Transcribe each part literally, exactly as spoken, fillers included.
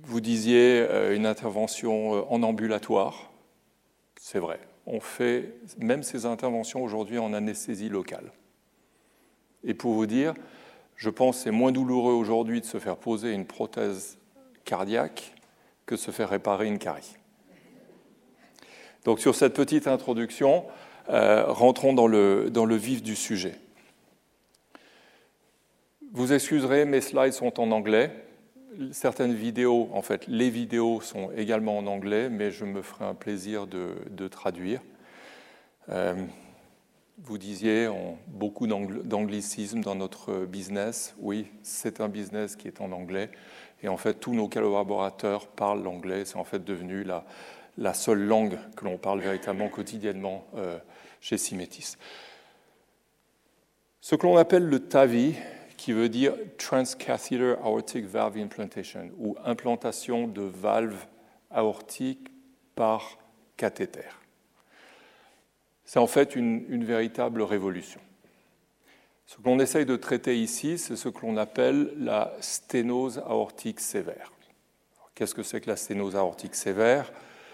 Vous disiez euh, une intervention en ambulatoire. C'est vrai. On fait même ces interventions aujourd'hui en anesthésie locale. Et pour vous dire, je pense que c'est moins douloureux aujourd'hui de se faire poser une prothèse cardiaque que de se faire réparer une carie. Donc sur cette petite introduction, euh, rentrons dans le, dans le vif du sujet. Vous excuserez, mes slides sont en anglais. Certaines vidéos, en fait, les vidéos sont également en anglais, mais je me ferai un plaisir de, de traduire. Euh, vous disiez on, beaucoup d'anglicisme dans notre business. Oui, c'est un business qui est en anglais. Et en fait, tous nos collaborateurs parlent l'anglais. C'est en fait devenu la, la seule langue que l'on parle véritablement quotidiennement euh, chez Symetis. Ce que l'on appelle le T A V I, qui veut dire Transcatheter Aortic Valve Implantation, ou implantation de valves aortiques par cathéter. C'est en fait une, une véritable révolution. Ce que l'on essaye de traiter ici, c'est ce que l'on appelle la sténose aortique sévère. Alors, qu'est-ce que c'est que la sténose aortique sévère ?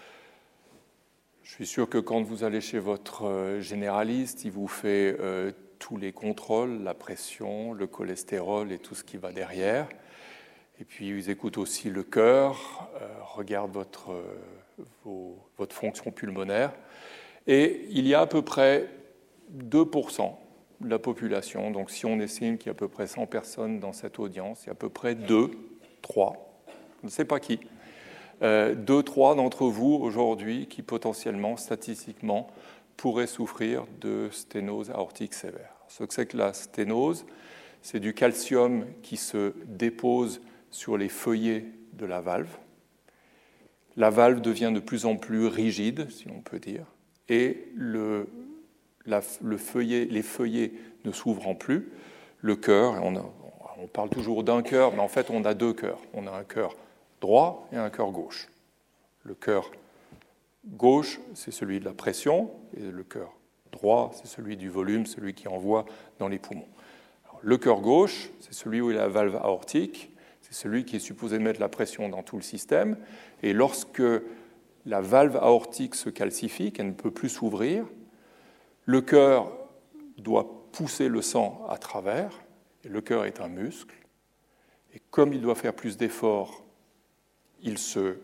Je suis sûr que quand vous allez chez votre généraliste, il vous fait euh, tous les contrôles, la pression, le cholestérol et tout ce qui va derrière. Et puis, ils écoutent aussi le cœur, euh, regardent votre, euh, vos, votre fonction pulmonaire. Et il y a à peu près deux pour cent de la population. Donc, si on estime qu'il y a à peu près cent personnes dans cette audience, il y a à peu près deux, trois, je ne sais pas qui, euh, deux, trois d'entre vous aujourd'hui qui potentiellement, statistiquement, pourraient souffrir de sténose aortique sévère. Ce que c'est que la sténose, c'est du calcium qui se dépose sur les feuillets de la valve. La valve devient de plus en plus rigide, si on peut dire, et le, la, le feuillet, les feuillets ne s'ouvrant plus. Le cœur, on, a, on parle toujours d'un cœur, mais en fait on a deux cœurs. On a un cœur droit et un cœur gauche. Le cœur gauche, c'est celui de la pression, et le cœur droit, c'est celui du volume, celui qui envoie dans les poumons. Alors, le cœur gauche, c'est celui où il y a la valve aortique, c'est celui qui est supposé mettre la pression dans tout le système, et lorsque la valve aortique se calcifie, qu'elle ne peut plus s'ouvrir, le cœur doit pousser le sang à travers, et le cœur est un muscle, et comme il doit faire plus d'efforts, il se,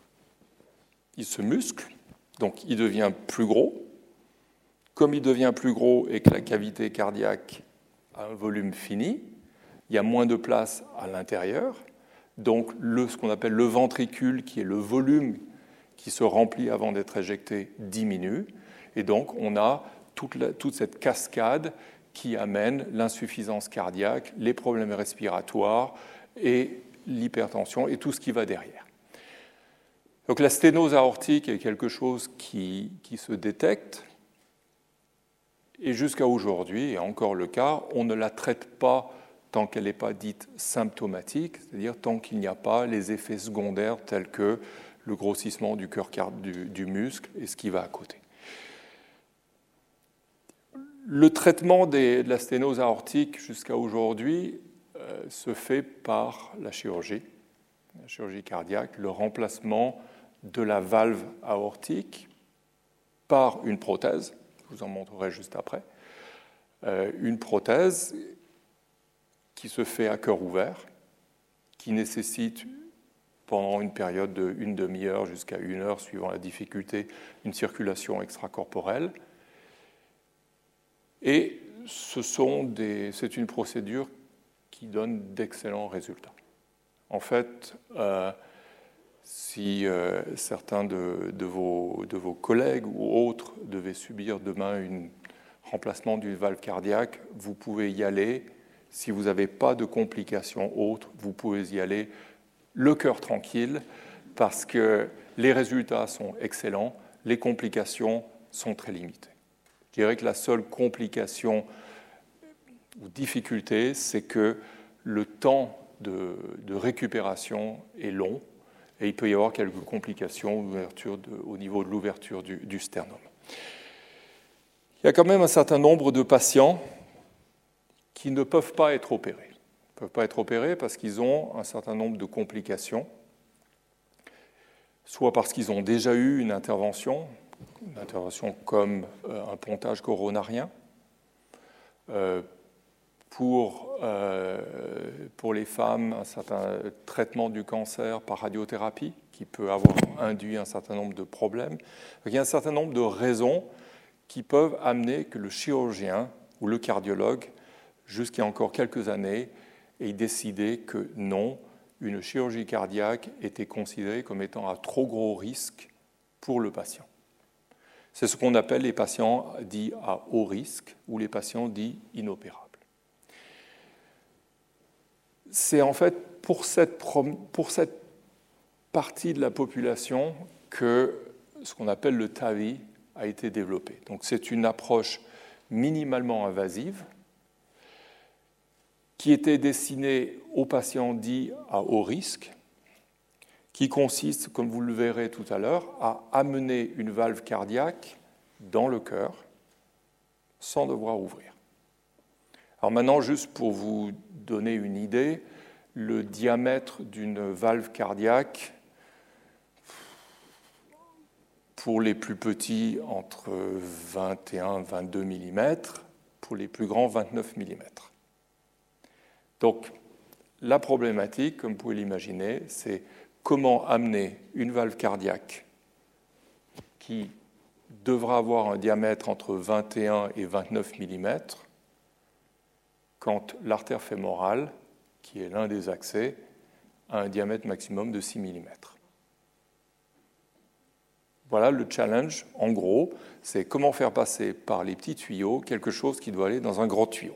il se muscle, donc il devient plus gros. Comme il devient plus gros et que la cavité cardiaque a un volume fini, il y a moins de place à l'intérieur, donc le, ce qu'on appelle le ventricule, qui est le volume qui se remplit avant d'être éjecté, diminue, et donc on a toute, la, toute cette cascade qui amène l'insuffisance cardiaque, les problèmes respiratoires et l'hypertension et tout ce qui va derrière. Donc la sténose aortique est quelque chose qui, qui se détecte, et jusqu'à aujourd'hui, et encore le cas, on ne la traite pas tant qu'elle n'est pas dite symptomatique, c'est-à-dire tant qu'il n'y a pas les effets secondaires tels que le grossissement du cœur du, du muscle et ce qui va à côté. Le traitement des, de la sténose aortique jusqu'à aujourd'hui euh, se fait par la chirurgie, la chirurgie cardiaque, le remplacement de la valve aortique par une prothèse. Je vous en montrerai juste après. Euh, une prothèse qui se fait à cœur ouvert, qui nécessite pendant une période d'une demi-heure jusqu'à une heure, suivant la difficulté, une circulation extracorporelle. Et ce sont des, c'est une procédure qui donne d'excellents résultats. En fait, euh, si euh, certains de, de, vos, de vos collègues ou autres devaient subir demain un remplacement d'une valve cardiaque, vous pouvez y aller. Si vous n'avez pas de complications autres, vous pouvez y aller le cœur tranquille, parce que les résultats sont excellents, les complications sont très limitées. Je dirais que la seule complication ou difficulté, c'est que le temps de, de récupération est long, et il peut y avoir quelques complications de, au niveau de l'ouverture du, du sternum. Il y a quand même un certain nombre de patients qui ne peuvent pas être opérés. Ils ne peuvent pas être opérés parce qu'ils ont un certain nombre de complications. soit parce qu'ils ont déjà eu une intervention, une intervention comme euh, un pontage coronarien, euh, pour, euh, pour les femmes, un certain traitement du cancer par radiothérapie, qui peut avoir induit un certain nombre de problèmes. Donc, il y a un certain nombre de raisons qui peuvent amener que le chirurgien ou le cardiologue, jusqu'à encore quelques années, ait décidé que non, une chirurgie cardiaque était considérée comme étant à trop gros risque pour le patient. C'est ce qu'on appelle les patients dits à haut risque ou les patients dits inopérables. C'est en fait pour cette, pour cette partie de la population que ce qu'on appelle le T A V I a été développé. Donc c'est une approche minimalement invasive qui était destinée aux patients dits à haut risque, qui consiste, comme vous le verrez tout à l'heure, à amener une valve cardiaque dans le cœur sans devoir ouvrir. Alors maintenant, juste pour vous donner une idée, le diamètre d'une valve cardiaque, pour les plus petits, entre vingt et un et vingt-deux millimètres, pour les plus grands, vingt-neuf millimètres. Donc, la problématique, comme vous pouvez l'imaginer, c'est comment amener une valve cardiaque qui devra avoir un diamètre entre vingt et un et vingt-neuf millimètres quand l'artère fémorale, qui est l'un des accès, a un diamètre maximum de six millimètres. Voilà le challenge, en gros, c'est comment faire passer par les petits tuyaux quelque chose qui doit aller dans un grand tuyau.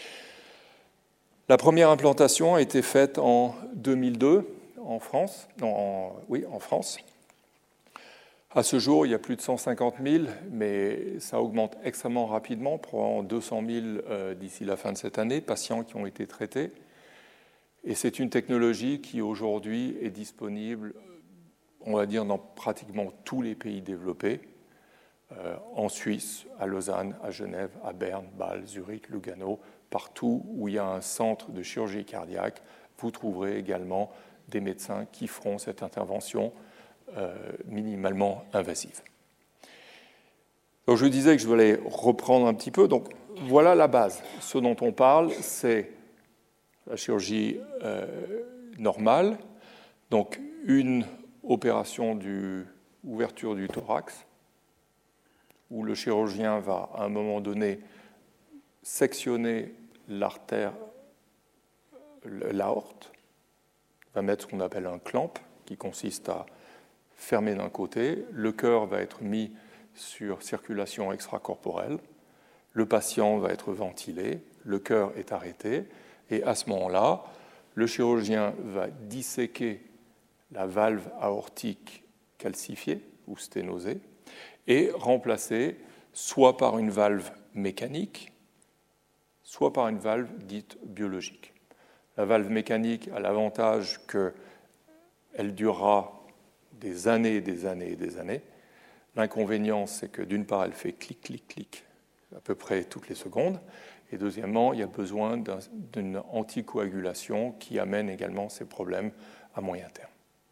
La première implantation a été faite en deux mille deux en France. Non, en, oui, en France. À ce jour, il y a plus de cent cinquante mille, mais ça augmente extrêmement rapidement, probablement deux cent mille euh, d'ici la fin de cette année, patients qui ont été traités. Et c'est une technologie qui aujourd'hui est disponible, on va dire, dans pratiquement tous les pays développés, euh, en Suisse, à Lausanne, à Genève, à Berne, Bâle, Zurich, Lugano, partout où il y a un centre de chirurgie cardiaque, vous trouverez également des médecins qui feront cette intervention euh, minimalement invasive. Donc je disais que je voulais reprendre un petit peu. Donc voilà la base. Ce dont on parle, c'est la chirurgie euh, normale, donc une opération d'ouverture du thorax, où le chirurgien va à un moment donné sectionner l'artère, l'aorte, va mettre ce qu'on appelle un clamp, qui consiste à fermer d'un côté, le cœur va être mis sur circulation extracorporelle, le patient va être ventilé, le cœur est arrêté, et à ce moment-là, le chirurgien va disséquer la valve aortique calcifiée ou sténosée et remplacer soit par une valve mécanique, soit par une valve dite biologique. La valve mécanique a l'avantage qu'elle durera des années et des années et des années. L'inconvénient, c'est que d'une part, elle fait clic, clic, clic à peu près toutes les secondes. Et deuxièmement, il y a besoin d'un, d'une anticoagulation qui amène également ces problèmes à moyen terme.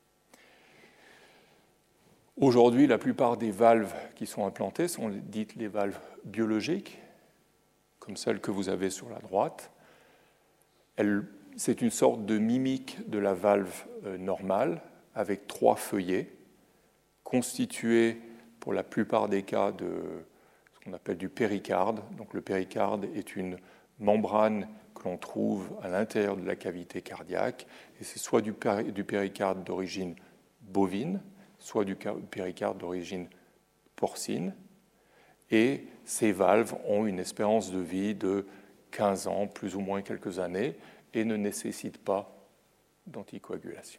Aujourd'hui, la plupart des valves qui sont implantées sont dites les valves biologiques, comme celle que vous avez sur la droite. Elle, c'est une sorte de mimique de la valve euh, normale, avec trois feuillets, constitués pour la plupart des cas de ce qu'on appelle du péricarde. Donc le péricarde est une membrane que l'on trouve à l'intérieur de la cavité cardiaque, et c'est soit du, péri- du péricarde d'origine bovine, soit du péricarde d'origine porcine, et ces valves ont une espérance de vie de quinze ans, plus ou moins quelques années, et ne nécessitent pas d'anticoagulation.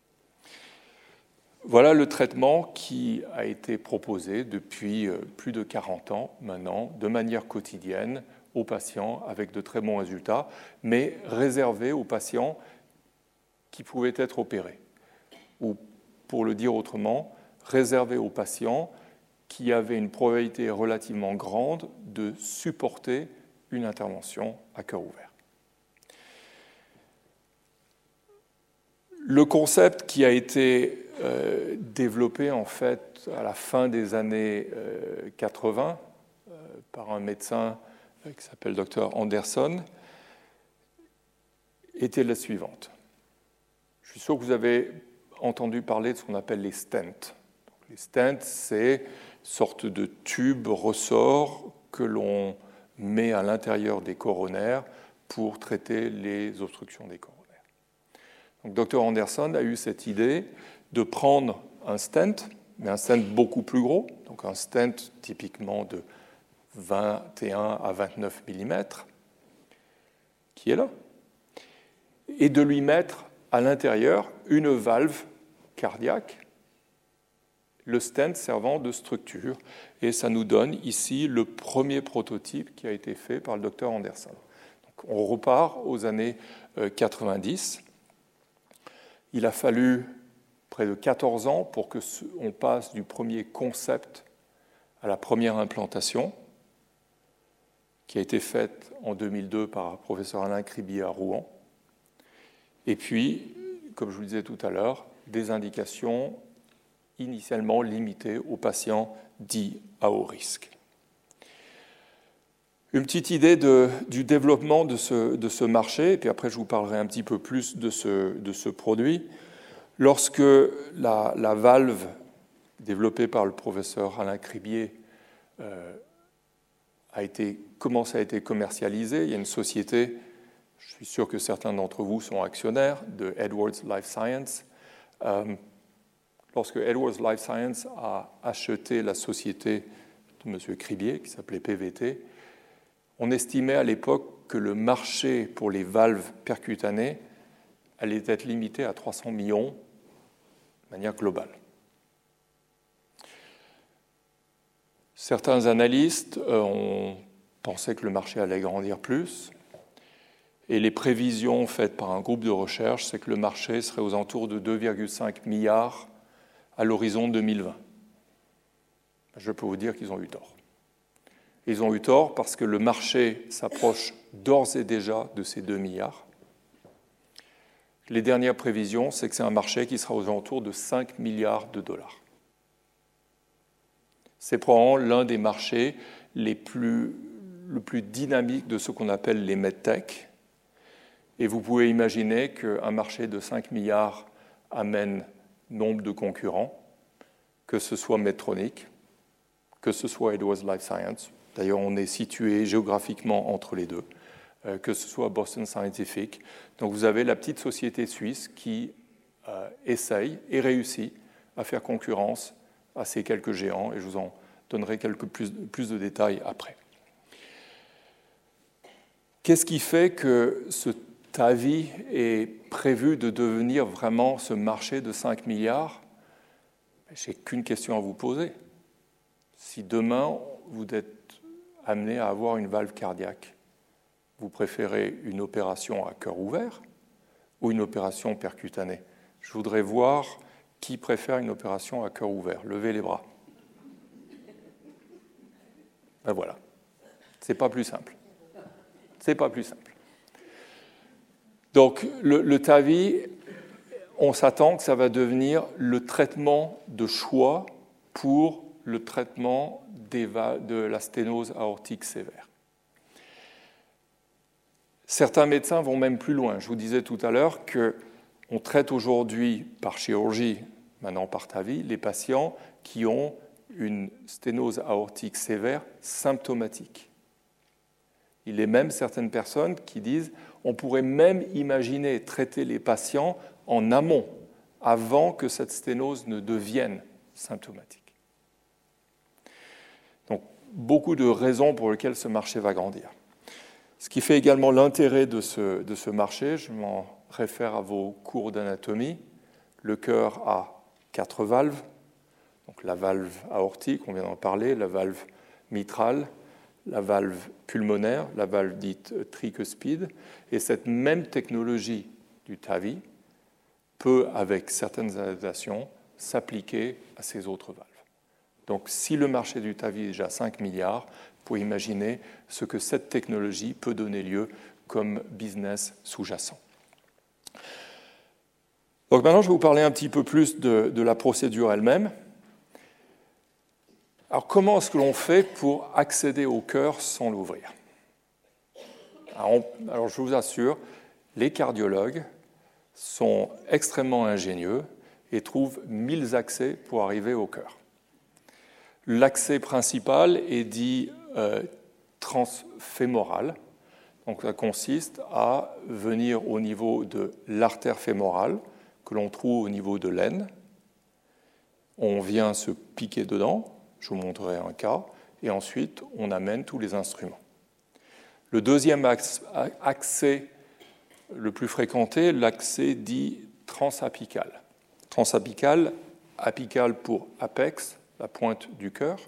Voilà le traitement qui a été proposé depuis plus de quarante ans maintenant, de manière quotidienne aux patients avec de très bons résultats, mais réservé aux patients qui pouvaient être opérés. Ou, pour le dire autrement, réservé aux patients qui avaient une probabilité relativement grande de supporter une intervention à cœur ouvert. Le concept qui a été euh, développé en fait à la fin des années euh, quatre-vingts euh, par un médecin euh, qui s'appelle docteur Anderson, était la suivante. Je suis sûr que vous avez entendu parler de ce qu'on appelle les stents. Donc, les stents, c'est une sorte de tube ressort que l'on met à l'intérieur des coronaires pour traiter les obstructions des coronaires. Donc, docteur Anderson a eu cette idée de prendre un stent, mais un stent beaucoup plus gros, donc un stent typiquement de vingt et un à vingt-neuf millimètres, qui est là, et de lui mettre à l'intérieur une valve cardiaque, le stent servant de structure. Et ça nous donne ici le premier prototype qui a été fait par le docteur Anderson. Donc, on repart aux années quatre-vingt-dix. Il a fallu près de quatorze ans pour qu'on passe du premier concept à la première implantation, qui a été faite en deux mille deux par le professeur Alain Cribier à Rouen. Et puis, comme je vous le disais tout à l'heure, des indications initialement limitées aux patients dits à haut risque. Une petite idée de, du développement de ce, de ce marché, et puis après je vous parlerai un petit peu plus de ce, de ce produit. Lorsque la, la valve développée par le professeur Alain Cribier euh, a été, commencé à être commercialisée, il y a une société, je suis sûr que certains d'entre vous sont actionnaires, de Edwards Life Science. Euh, lorsque Edwards Life Science a acheté la société de M. Cribier, qui s'appelait P V T, on estimait à l'époque que le marché pour les valves percutanées allait être limité à trois cents millions de manière globale. Certains analystes euh, ont pensé que le marché allait grandir plus, et les prévisions faites par un groupe de recherche, c'est que le marché serait aux alentours de deux virgule cinq milliards à l'horizon deux mille vingt. Je peux vous dire qu'ils ont eu tort. Ils ont eu tort parce que le marché s'approche d'ores et déjà de ces deux milliards. Les dernières prévisions, c'est que c'est un marché qui sera aux alentours de cinq milliards de dollars. C'est probablement l'un des marchés les plus, le plus dynamique de ce qu'on appelle les medtech. Et vous pouvez imaginer qu'un marché de cinq milliards amène nombre de concurrents, que ce soit Medtronic, que ce soit Edwards Life Science. D'ailleurs, on est situé géographiquement entre les deux, euh, que ce soit Boston Scientific. Donc, vous avez la petite société suisse qui euh, essaye et réussit à faire concurrence à ces quelques géants, et je vous en donnerai quelques plus, plus de détails après. Qu'est-ce qui fait que ce T A V I est prévu de devenir vraiment ce marché de cinq milliards? Je n'ai qu'une question à vous poser. Si demain, vous êtes amené à avoir une valve cardiaque, vous préférez une opération à cœur ouvert ou une opération percutanée? Je voudrais voir qui préfère une opération à cœur ouvert. Levez les bras. Ben voilà. C'est pas plus simple. C'est pas plus simple. Donc, le, le T A V I, on s'attend que ça va devenir le traitement de choix pour le traitement des, de la sténose aortique sévère. Certains médecins vont même plus loin. Je vous disais tout à l'heure qu'on traite aujourd'hui par chirurgie, maintenant par T A V I, les patients qui ont une sténose aortique sévère symptomatique. Il y a même certaines personnes qui disent on pourrait même imaginer traiter les patients en amont, avant que cette sténose ne devienne symptomatique. Donc, beaucoup de raisons pour lesquelles ce marché va grandir. Ce qui fait également l'intérêt de ce, de ce marché, je m'en réfère à vos cours d'anatomie. Le cœur a quatre valves, donc la valve aortique, on vient d'en parler, la valve mitrale, la valve pulmonaire, la valve dite tricuspide, et cette même technologie du T A V I peut, avec certaines adaptations, s'appliquer à ces autres valves. Donc, si le marché du T A V I est déjà cinq milliards, vous pouvez imaginer ce que cette technologie peut donner lieu comme business sous-jacent. Donc maintenant, je vais vous parler un petit peu plus de, de la procédure elle-même. Alors, comment est-ce que l'on fait pour accéder au cœur sans l'ouvrir ? alors, on, alors, je vous assure, les cardiologues sont extrêmement ingénieux et trouvent mille accès pour arriver au cœur. L'accès principal est dit euh, transfémoral. Donc, ça consiste à venir au niveau de l'artère fémorale, que l'on trouve au niveau de l'aine. On vient se piquer dedans, je vous montrerai un cas, et ensuite on amène tous les instruments. Le deuxième accès le plus fréquenté, l'accès dit transapical. Transapical, apical pour apex, la pointe du cœur,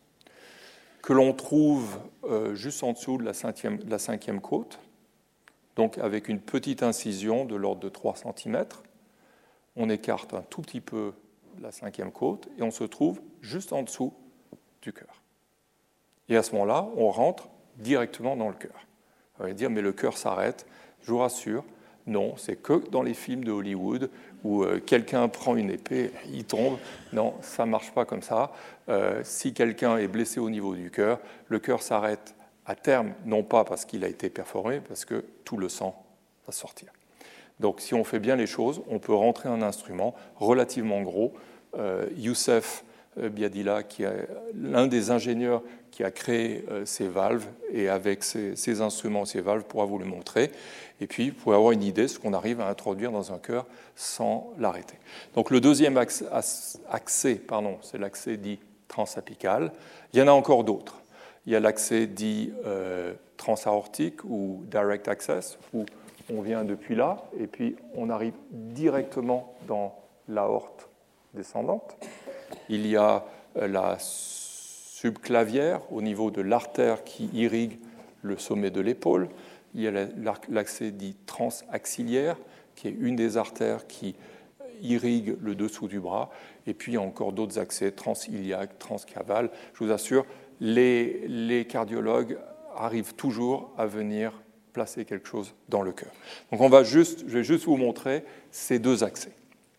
que l'on trouve euh, juste en dessous de la, cinquième, de la cinquième côte, donc avec une petite incision de l'ordre de trois centimètres. On écarte un tout petit peu la cinquième côte et on se trouve juste en dessous du cœur. Et à ce moment-là, on rentre directement dans le cœur. Vous allez dire, mais le cœur s'arrête. Je vous rassure, non, c'est que dans les films de Hollywood où euh, quelqu'un prend une épée, il tombe. Non, ça ne marche pas comme ça. Euh, si quelqu'un est blessé au niveau du cœur, le cœur s'arrête à terme, non pas parce qu'il a été perforé, parce que tout le sang va sortir. Donc, si on fait bien les choses, on peut rentrer un instrument relativement gros. Euh, Youssef Biadila, qui est l'un des ingénieurs qui a créé euh, ces valves, et avec ces, ces instruments, ces valves, pourra vous le montrer. Et puis, vous pouvez avoir une idée de ce qu'on arrive à introduire dans un cœur sans l'arrêter. Donc, le deuxième accès, accès pardon, c'est l'accès dit transapical. Il y en a encore d'autres. Il y a l'accès dit euh, transaortique ou direct access, où on vient depuis là, et puis on arrive directement dans l'aorte descendante. Il y a la subclavière au niveau de l'artère qui irrigue le sommet de l'épaule. Il y a l'accès dit transaxillaire, qui est une des artères qui irrigue le dessous du bras. Et puis il y a encore d'autres accès, transiliaques, transcavales. Je vous assure, les, les cardiologues arrivent toujours à venir placer quelque chose dans le cœur. Donc on va juste, je vais juste vous montrer ces deux accès.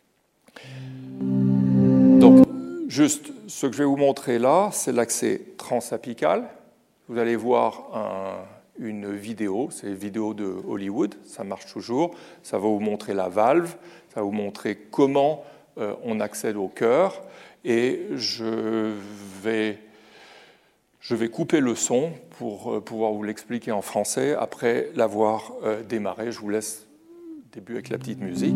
Donc, juste ce que je vais vous montrer là, c'est l'accès transapical. Vous allez voir un, une vidéo, c'est une vidéo de Hollywood, ça marche toujours. Ça va vous montrer la valve, ça va vous montrer comment euh, on accède au cœur. Et je vais... Je vais couper le son pour pouvoir vous l'expliquer en français après l'avoir euh, démarré. Je vous laisse début avec la petite musique.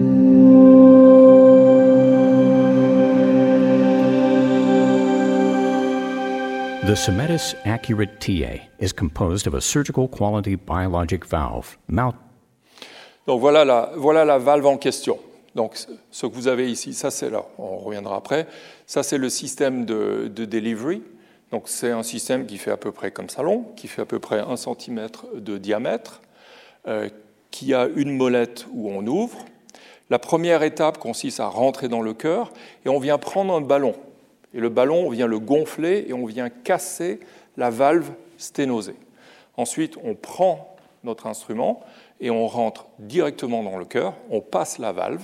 The Symetis Accurate T A is composed of a surgical quality biologic valve. Mount... Donc voilà la, voilà la valve en question. Donc ce que vous avez ici, ça c'est là, on reviendra après. Ça c'est le système de, de delivery. Donc c'est un système qui fait à peu près comme ça long, qui fait à peu près un centimètre de diamètre, euh, qui a une molette où on ouvre. La première étape consiste à rentrer dans le cœur et on vient prendre un ballon. Et le ballon, on vient le gonfler et on vient casser la valve sténosée. Ensuite, on prend notre instrument et on rentre directement dans le cœur, on passe la valve.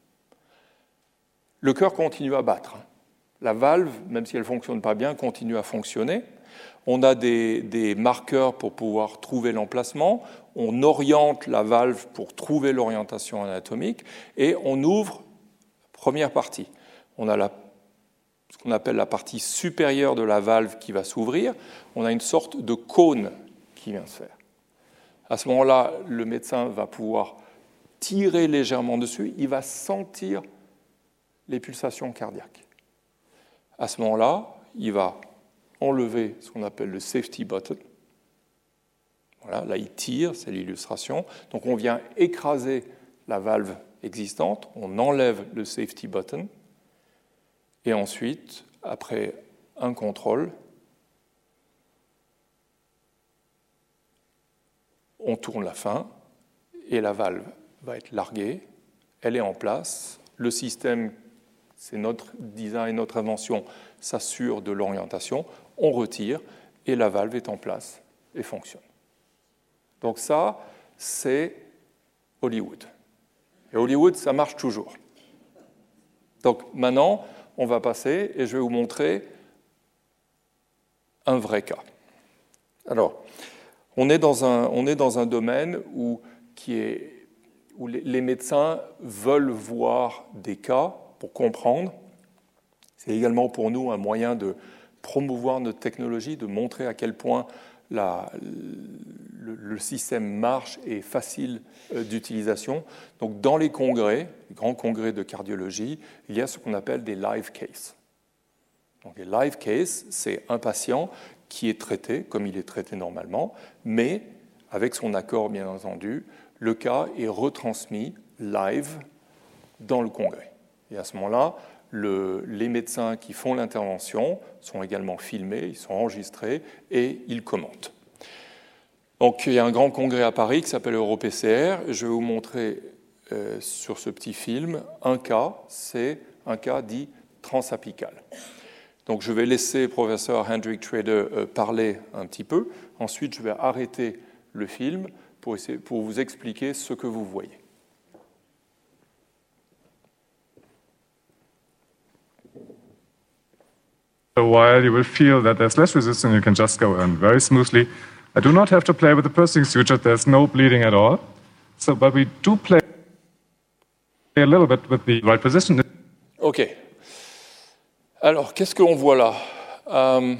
Le cœur continue à battre. La valve, même si elle ne fonctionne pas bien, continue à fonctionner. On a des, des marqueurs pour pouvoir trouver l'emplacement. On oriente la valve pour trouver l'orientation anatomique. Et on ouvre la première partie. On a la, ce qu'on appelle la partie supérieure de la valve qui va s'ouvrir. On a une sorte de cône qui vient se faire. À ce moment-là, le médecin va pouvoir tirer légèrement dessus. Il va sentir les pulsations cardiaques. À ce moment-là, il va enlever ce qu'on appelle le safety button. Voilà, là, il tire, c'est l'illustration. Donc, on vient écraser la valve existante, on enlève le safety button, et ensuite, après un contrôle, on tourne la fin, et la valve va être larguée, elle est en place, le système, c'est notre design, notre invention, s'assure de l'orientation, on retire et la valve est en place et fonctionne. Donc ça, c'est Hollywood. Et Hollywood, ça marche toujours. Donc maintenant, on va passer et je vais vous montrer un vrai cas. Alors, on est dans un, on est dans un domaine où, qui est, où les, les médecins veulent voir des cas pour comprendre. C'est également pour nous un moyen de promouvoir notre technologie, de montrer à quel point la, le, le système marche et est facile d'utilisation. Donc, dans les congrès, les grands congrès de cardiologie, il y a ce qu'on appelle des live cases. Donc, les live cases, c'est un patient qui est traité comme il est traité normalement, mais avec son accord, bien entendu, le cas est retransmis live dans le congrès. Et à ce moment-là, le, les médecins qui font l'intervention sont également filmés, ils sont enregistrés et ils commentent. Donc, il y a un grand congrès à Paris qui s'appelle EuroPCR. Je vais vous montrer euh, sur ce petit film un cas, c'est un cas dit transapical. Donc, je vais laisser le professeur Hendrik Trader euh, parler un petit peu. Ensuite, je vais arrêter le film pour, essayer, pour vous expliquer ce que vous voyez. A while, you will feel that there's less resistance and you can just go in very smoothly. I do not have to play with the pursing suture. There's no bleeding at all. So, but we do play a little bit with the right position. OK. Alors, qu'est-ce qu'on voit là? euh,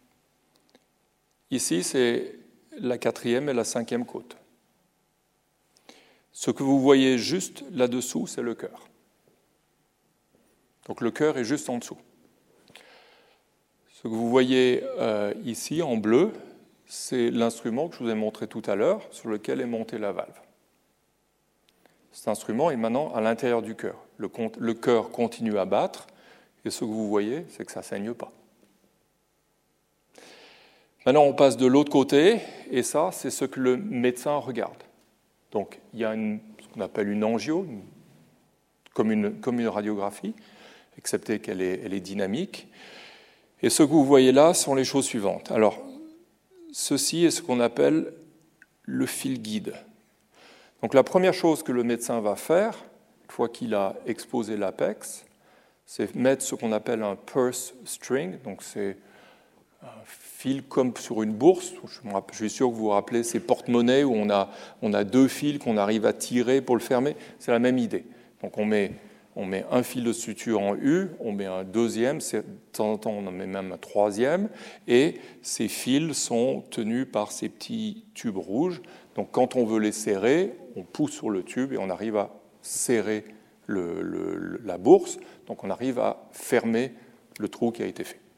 Ici, c'est la quatrième et la cinquième côte. Ce que vous voyez juste là-dessous, c'est le cœur. Donc, le cœur est juste en dessous. Ce que vous voyez euh, ici, en bleu, c'est l'instrument que je vous ai montré tout à l'heure, sur lequel est montée la valve. Cet instrument est maintenant à l'intérieur du cœur. Le, le cœur continue à battre, et ce que vous voyez, c'est que ça ne saigne pas. Maintenant, on passe de l'autre côté, et ça, c'est ce que le médecin regarde. Donc, il y a une, ce qu'on appelle une angio, une, comme, une, comme une radiographie, excepté qu'elle est, elle est dynamique. Et ce que vous voyez là sont les choses suivantes. Alors, ceci est ce qu'on appelle le fil guide. Donc, la première chose que le médecin va faire, une fois qu'il a exposé l'apex, c'est mettre ce qu'on appelle un purse string. Donc, c'est un fil comme sur une bourse. Je suis sûr que vous vous rappelez ces porte-monnaies où on a, on a deux fils qu'on arrive à tirer pour le fermer. C'est la même idée. Donc, on met... On met un fil de suture en U, on met un deuxième, de temps en temps on en met même un troisième, et ces fils sont tenus par ces petits tubes rouges. Donc quand on veut les serrer, on pousse sur le tube et on arrive à serrer le, le, la bourse, donc on arrive à fermer le trou qui a été fait.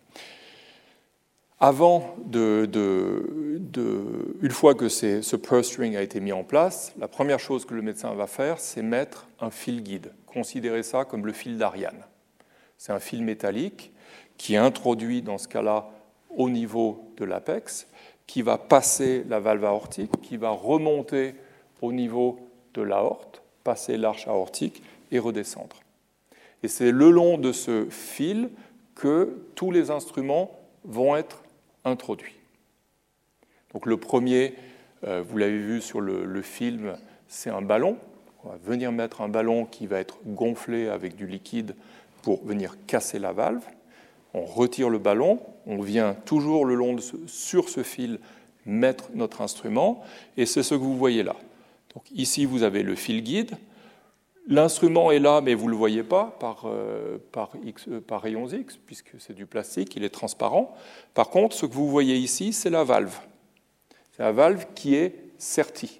Avant de, de, de une fois que c'est, ce purse string a été mis en place, la première chose que le médecin va faire, c'est mettre un fil guide. Considérez ça comme le fil d'Ariane. C'est un fil métallique qui est introduit dans ce cas-là au niveau de l'apex, qui va passer la valve aortique, qui va remonter au niveau de l'aorte, passer l'arche aortique et redescendre. Et c'est le long de ce fil que tous les instruments vont être introduits. Donc le premier, euh, vous l'avez vu sur le, le film, c'est un ballon. On va venir mettre un ballon qui va être gonflé avec du liquide pour venir casser la valve. On retire le ballon, on vient toujours le long de ce, sur ce fil mettre notre instrument, et c'est ce que vous voyez là. Donc ici, vous avez le fil guide. L'instrument est là, mais vous ne le voyez pas par, euh, par, X, euh, par rayons X, puisque c'est du plastique, il est transparent. Par contre, ce que vous voyez ici, c'est la valve. C'est la valve qui est sertie.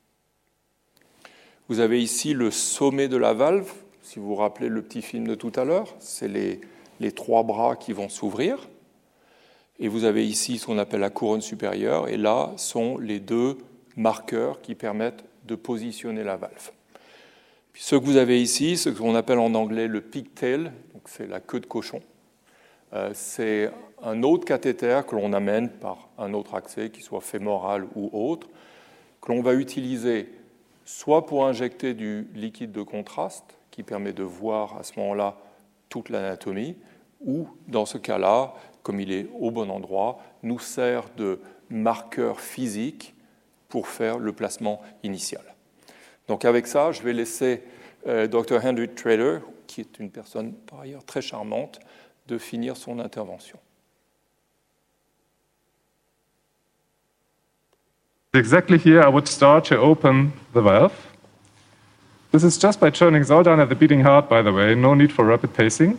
Vous avez ici le sommet de la valve. Si vous vous rappelez le petit film de tout à l'heure, c'est les, les trois bras qui vont s'ouvrir. Et vous avez ici ce qu'on appelle la couronne supérieure. Et là sont les deux marqueurs qui permettent de positionner la valve. Puis ce que vous avez ici, ce qu'on appelle en anglais le pigtail, donc c'est la queue de cochon. Euh, c'est un autre cathéter que l'on amène par un autre accès, qu'il soit fémoral ou autre, que l'on va utiliser soit pour injecter du liquide de contraste, qui permet de voir à ce moment-là toute l'anatomie, ou dans ce cas-là, comme il est au bon endroit, nous sert de marqueur physique pour faire le placement initial. Donc avec ça, je vais laisser euh, docteur Henry Trader, qui est une personne par ailleurs très charmante, de finir son intervention. Exactly here I would start to open the valve. This is just by turning it all down at the beating heart, by the way, no need for rapid pacing.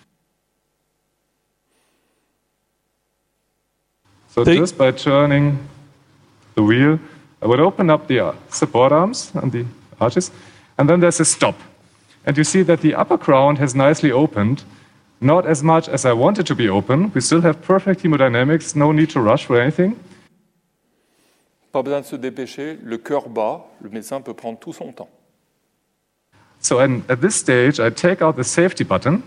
So the just by turning the wheel, I would open up the uh, support arms and the arches, and then there's a stop. And you see that the upper crown has nicely opened, not as much as I wanted to be open. We still have perfect hemodynamics, no need to rush for anything. Pas besoin de se dépêcher, le cœur bat, le médecin peut prendre tout son temps. So and at this stage, I take out the safety button,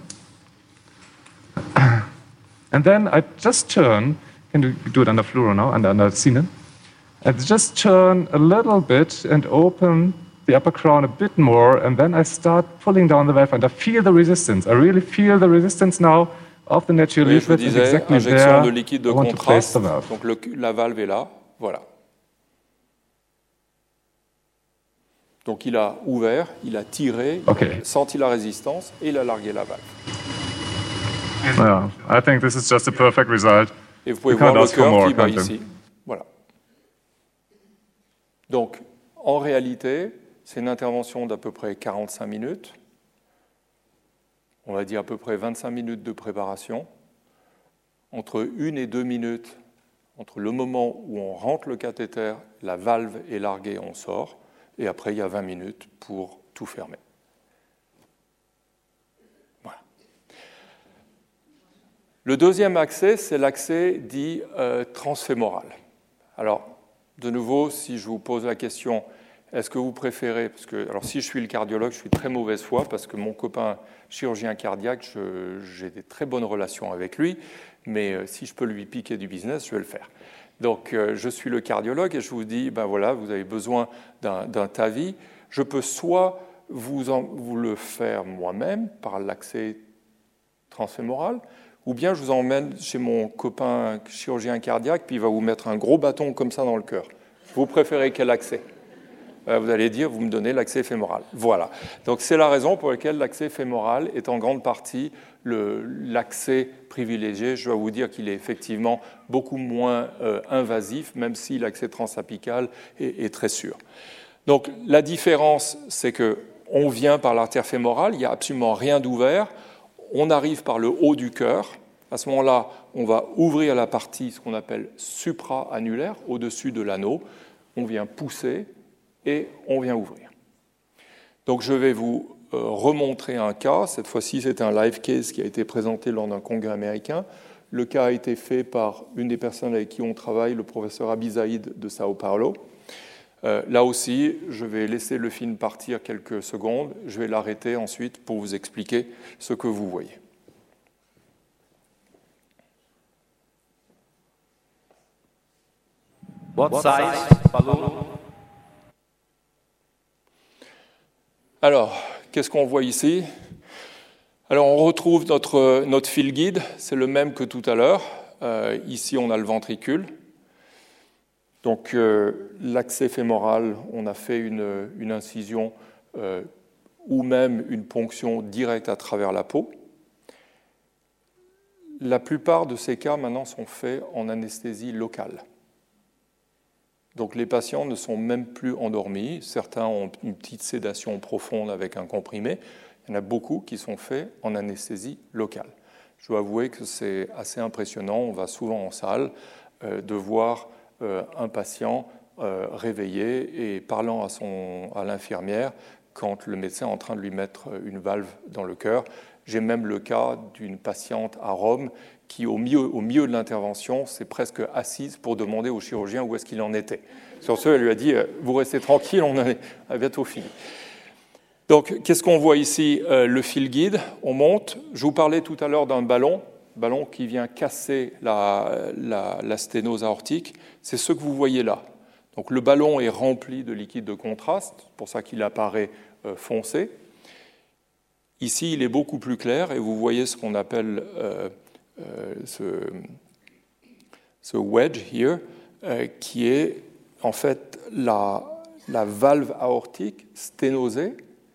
and then I just turn. Can you do it under fluoro now, under, under Cine? I just turn a little bit and open the upper crown a bit more, and then I start pulling down the valve, and I feel the resistance. I really feel the resistance now of the natural Oui, je vous leaflet. disais, Exactly injection there, de liquide de I want to place contraste, the valve. donc le, la valve est là, voilà. Donc il a ouvert, il a tiré, Okay. il a senti la résistance et il a largué la valve. Yeah, I think this is just a perfect result. Et vous pouvez We voir can't le ask for cœur more, qui bat can't we? ici. Voilà. Donc, en réalité, c'est une intervention d'à peu près quarante-cinq minutes. On va dire à peu près vingt-cinq minutes de préparation. Entre une et deux minutes, entre le moment où on rentre le cathéter, la valve est larguée, on sort. Et après, il y a vingt minutes pour tout fermer. Voilà. Le deuxième accès, c'est l'accès dit euh, transfémoral. Alors, de nouveau, si je vous pose la question, est-ce que vous préférez, parce que, alors si je suis le cardiologue, je suis de très mauvaise foi, parce que mon copain chirurgien cardiaque, je, j'ai des très bonnes relations avec lui, mais euh, si je peux lui piquer du business, je vais le faire. Donc, euh, je suis le cardiologue et je vous dis, ben voilà, vous avez besoin d'un, d'un T A V I. Je peux soit vous, en, vous le faire moi-même par l'accès transfémoral, ou bien je vous emmène chez mon copain chirurgien cardiaque, puis il va vous mettre un gros bâton comme ça dans le cœur. Vous préférez quel accès ? euh, Vous allez dire, vous me donnez l'accès fémoral. Voilà. Donc, c'est la raison pour laquelle l'accès fémoral est en grande partie le, l'accès privilégié. Je dois vous dire qu'il est effectivement beaucoup moins euh, invasif, même si l'accès transapical est, est très sûr. Donc, la différence, c'est qu'on vient par l'artère fémorale, il n'y a absolument rien d'ouvert. On arrive par le haut du cœur. À ce moment-là, on va ouvrir la partie, ce qu'on appelle supra-annulaire, au-dessus de l'anneau. On vient pousser et on vient ouvrir. Donc, je vais vous euh, remontrer un cas. Cette fois-ci, c'est un live case qui a été présenté lors d'un congrès américain. Le cas a été fait par une des personnes avec qui on travaille, le professeur Abizaïd de Sao Paulo. Euh, là aussi, je vais laisser le film partir quelques secondes. Je vais l'arrêter ensuite pour vous expliquer ce que vous voyez. What size balloon? Alors, qu'est-ce qu'on voit ici ? Alors, on retrouve notre, notre fil guide, c'est le même que tout à l'heure. Euh, ici, on a le ventricule. Donc, euh, l'accès fémoral, on a fait une, une incision euh, ou même une ponction directe à travers la peau. La plupart de ces cas, maintenant, sont faits en anesthésie locale. Donc, les patients ne sont même plus endormis. Certains ont une petite sédation profonde avec un comprimé. Il y en a beaucoup qui sont faits en anesthésie locale. Je dois avouer que c'est assez impressionnant. On va souvent en salle euh, de voir euh, un patient euh, réveillé et parlant à, son, à l'infirmière quand le médecin est en train de lui mettre une valve dans le cœur. J'ai même le cas d'une patiente à Rome qui, au milieu, au milieu de l'intervention, s'est presque assise pour demander au chirurgien où est-ce qu'il en était. Sur ce, elle lui a dit « Vous restez tranquille, on est bientôt fini ». Donc, qu'est-ce qu'on voit ici ? euh, Le fil guide, on monte. Je vous parlais tout à l'heure d'un ballon, ballon qui vient casser la, la, la sténose aortique. C'est ce que vous voyez là. Donc, le ballon est rempli de liquide de contraste, c'est pour ça qu'il apparaît euh, foncé. Ici, il est beaucoup plus clair et vous voyez ce qu'on appelle euh, euh, ce, ce wedge here, euh, qui est en fait la, la valve aortique sténosée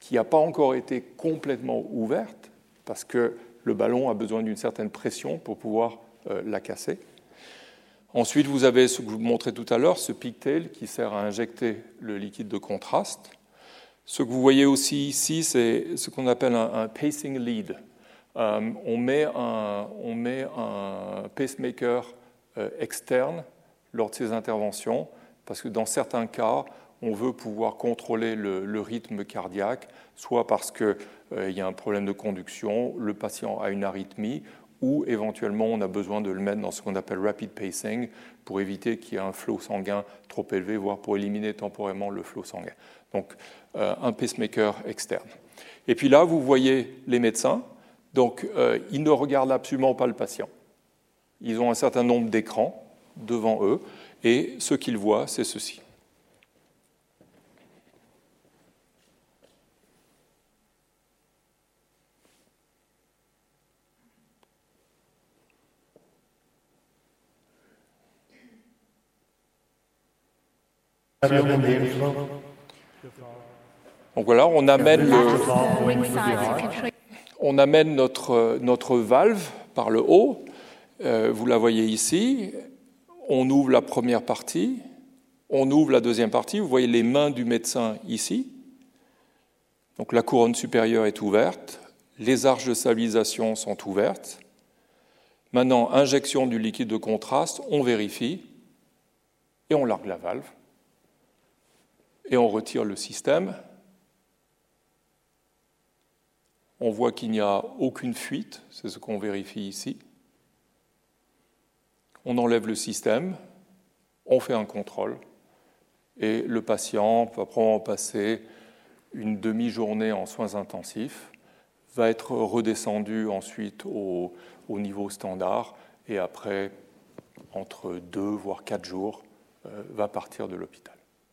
qui n'a pas encore été complètement ouverte, parce que le ballon a besoin d'une certaine pression pour pouvoir euh, la casser. Ensuite, vous avez ce que je vous montrais tout à l'heure, ce pigtail qui sert à injecter le liquide de contraste. Ce que vous voyez aussi ici, c'est ce qu'on appelle un, un pacing lead. Euh, on, met un, on met un pacemaker euh, externe lors de ces interventions, parce que dans certains cas, on veut pouvoir contrôler le, le rythme cardiaque, soit parce qu'il euh, y a un problème de conduction, le patient a une arythmie, ou éventuellement on a besoin de le mettre dans ce qu'on appelle rapid pacing pour éviter qu'il y ait un flot sanguin trop élevé, voire pour éliminer temporairement le flot sanguin. Donc euh, un pacemaker externe. Et puis là, vous voyez les médecins. Donc euh, ils ne regardent absolument pas le patient. Ils ont un certain nombre d'écrans devant eux, et ce qu'ils voient, c'est ceci. Donc voilà, on amène, le, on amène notre, notre valve par le haut, euh, vous la voyez ici, on ouvre la première partie, on ouvre la deuxième partie, vous voyez les mains du médecin ici, donc la couronne supérieure est ouverte, les arches de stabilisation sont ouvertes. Maintenant, injection du liquide de contraste, on vérifie, et on largue la valve. Et on retire le système. On voit qu'il n'y a aucune fuite, c'est ce qu'on vérifie ici. On enlève le système, on fait un contrôle, et le patient va probablement passer une demi-journée en soins intensifs, va être redescendu ensuite au, au niveau standard, et après, entre deux voire quatre jours, euh, va partir de l'hôpital.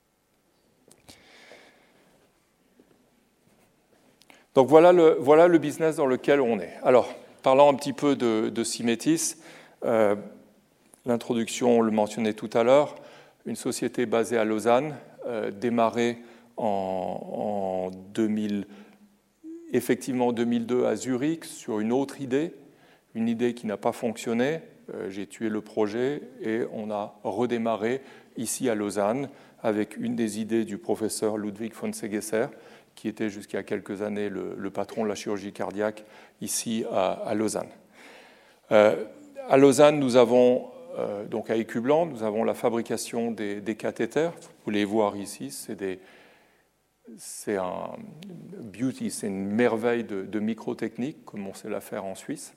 Donc voilà le, voilà le business dans lequel on est. Alors, parlant un petit peu de, de Symetis, euh, l'introduction, on le mentionnait tout à l'heure, une société basée à Lausanne, euh, démarrée en, en deux mille, effectivement en deux mille deux à Zurich sur une autre idée, une idée qui n'a pas fonctionné. Euh, j'ai tué le projet et on a redémarré ici à Lausanne avec une des idées du professeur Ludwig von Segesser, qui était jusqu'à quelques années le, le patron de la chirurgie cardiaque ici à, à Lausanne. Euh, à Lausanne, nous avons, euh, donc à Écublanc, nous avons la fabrication des, des cathéters. Vous les voir ici, c'est, des, c'est un beauty, c'est une merveille de, de microtechnique, comme on sait la faire en Suisse.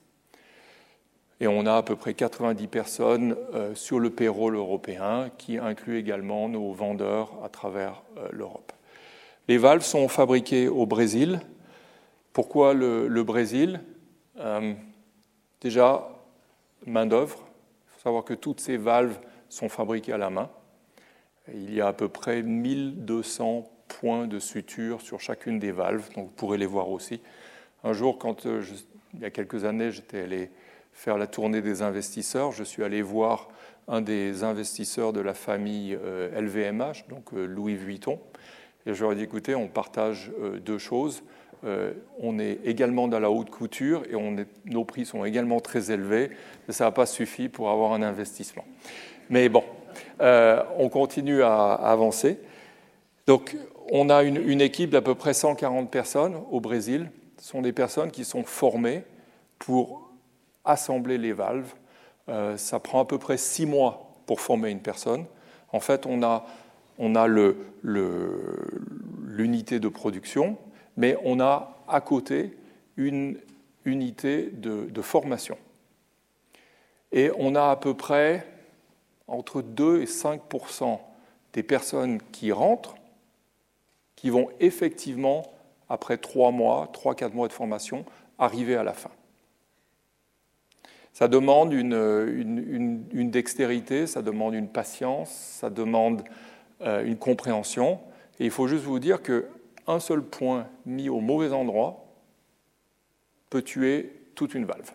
Et on a à peu près quatre-vingt-dix personnes euh, sur le payroll européen, qui inclut également nos vendeurs à travers euh, l'Europe. Les valves sont fabriquées au Brésil. Pourquoi le, le Brésil ? euh, Déjà, main-d'œuvre. Il faut savoir que toutes ces valves sont fabriquées à la main. Il y a à peu près mille deux cents points de suture sur chacune des valves, donc vous pourrez les voir aussi. Un jour, quand euh, je, il y a quelques années, j'étais allé faire la tournée des investisseurs, je suis allé voir un des investisseurs de la famille euh, L V M H, donc euh, Louis Vuitton. Et je leur ai dit, écoutez, on partage euh, deux choses. Euh, on est également dans la haute couture et on est, nos prix sont également très élevés. Mais ça n'a pas suffi pour avoir un investissement. Mais bon, euh, on continue à, à avancer. Donc, on a une, une équipe d'à peu près cent quarante personnes au Brésil. Ce sont des personnes qui sont formées pour assembler les valves. Euh, ça prend à peu près six mois pour former une personne. En fait, on a... On a le, le, l'unité de production, mais on a à côté une unité de, de formation. Et on a à peu près entre deux et cinq pour cent des personnes qui rentrent qui vont effectivement, après trois mois, trois à quatre mois de formation, arriver à la fin. Ça demande une, une, une, une dextérité, ça demande une patience, ça demande une compréhension, et il faut juste vous dire qu'un seul point mis au mauvais endroit peut tuer toute une valve.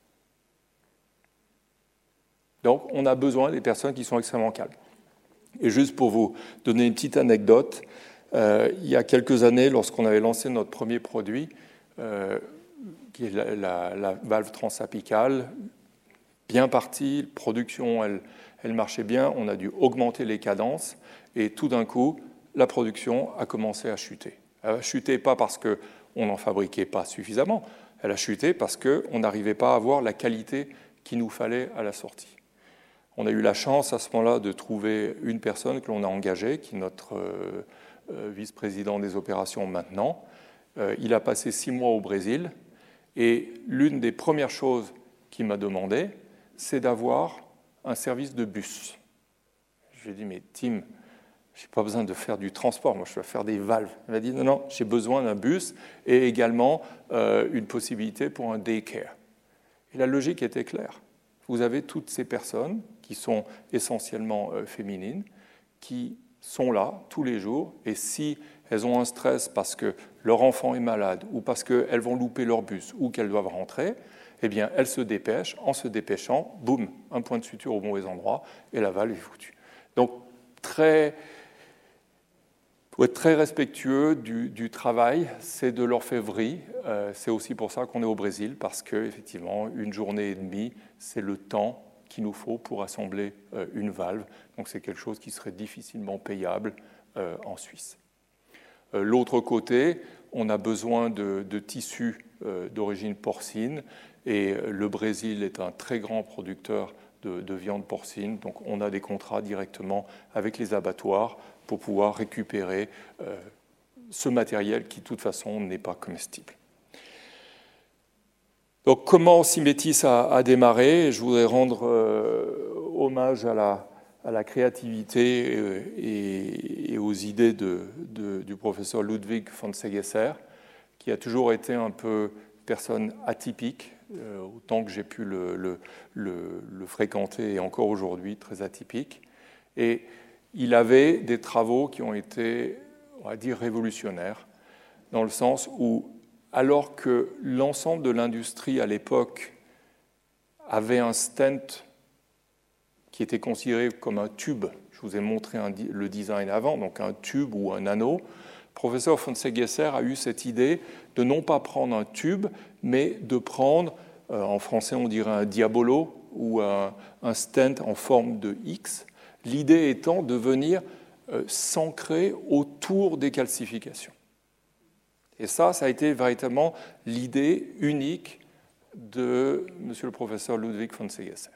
Donc, on a besoin des personnes qui sont extrêmement calmes. Et juste pour vous donner une petite anecdote, Euh, il y a quelques années, lorsqu'on avait lancé notre premier produit, euh, qui est la, la, la valve transapicale, bien partie, production, elle, elle marchait bien, on a dû augmenter les cadences, et tout d'un coup, la production a commencé à chuter. Elle a chuté pas parce qu'on n'en fabriquait pas suffisamment, elle a chuté parce qu'on n'arrivait pas à avoir la qualité qu'il nous fallait à la sortie. On a eu la chance à ce moment-là de trouver une personne que l'on a engagée, qui est notre euh, euh, vice-président des opérations maintenant. Euh, il a passé six mois au Brésil et l'une des premières choses qu'il m'a demandé, c'est d'avoir un service de bus. Je lui ai dit, mais Tim, je n'ai pas besoin de faire du transport, moi je dois faire des valves. Il m'a dit, non, non, j'ai besoin d'un bus et également euh, une possibilité pour un daycare. Et la logique était claire. Vous avez toutes ces personnes qui sont essentiellement euh, féminines, qui sont là tous les jours, et si elles ont un stress parce que leur enfant est malade, ou parce qu'elles vont louper leur bus, ou qu'elles doivent rentrer, eh bien, elles se dépêchent. En se dépêchant, boum, un point de suture au mauvais endroit, et la valve est foutue. Donc, très... Pour être très respectueux du, du travail, c'est de l'orfèvrerie. Euh, c'est aussi pour ça qu'on est au Brésil, parce qu'effectivement, une journée et demie, c'est le temps qu'il nous faut pour assembler euh, une valve. Donc c'est quelque chose qui serait difficilement payable euh, en Suisse. Euh, l'autre côté, on a besoin de, de tissus euh, d'origine porcine, et le Brésil est un très grand producteur de, de viande porcine. Donc on a des contrats directement avec les abattoirs pour pouvoir récupérer euh, ce matériel qui, de toute façon, n'est pas comestible. Donc, comment Symetis a, a démarré? Je voudrais rendre euh, hommage à la, à la créativité et, et aux idées de, de, du professeur Ludwig von Segesser, qui a toujours été un peu personne atypique, euh, autant que j'ai pu le, le, le, le fréquenter, et encore aujourd'hui, très atypique. Et il avait des travaux qui ont été, on va dire, révolutionnaires, dans le sens où, alors que l'ensemble de l'industrie à l'époque avait un stent qui était considéré comme un tube, je vous ai montré un, le design avant, donc un tube ou un anneau, le professeur von Segesser a eu cette idée de non pas prendre un tube, mais de prendre, euh, en français on dirait un diabolo, ou un, un stent en forme de X, l'idée étant de venir euh, s'ancrer autour des calcifications. Et ça, ça a été véritablement l'idée unique de monsieur le professeur Ludwig von Segesser.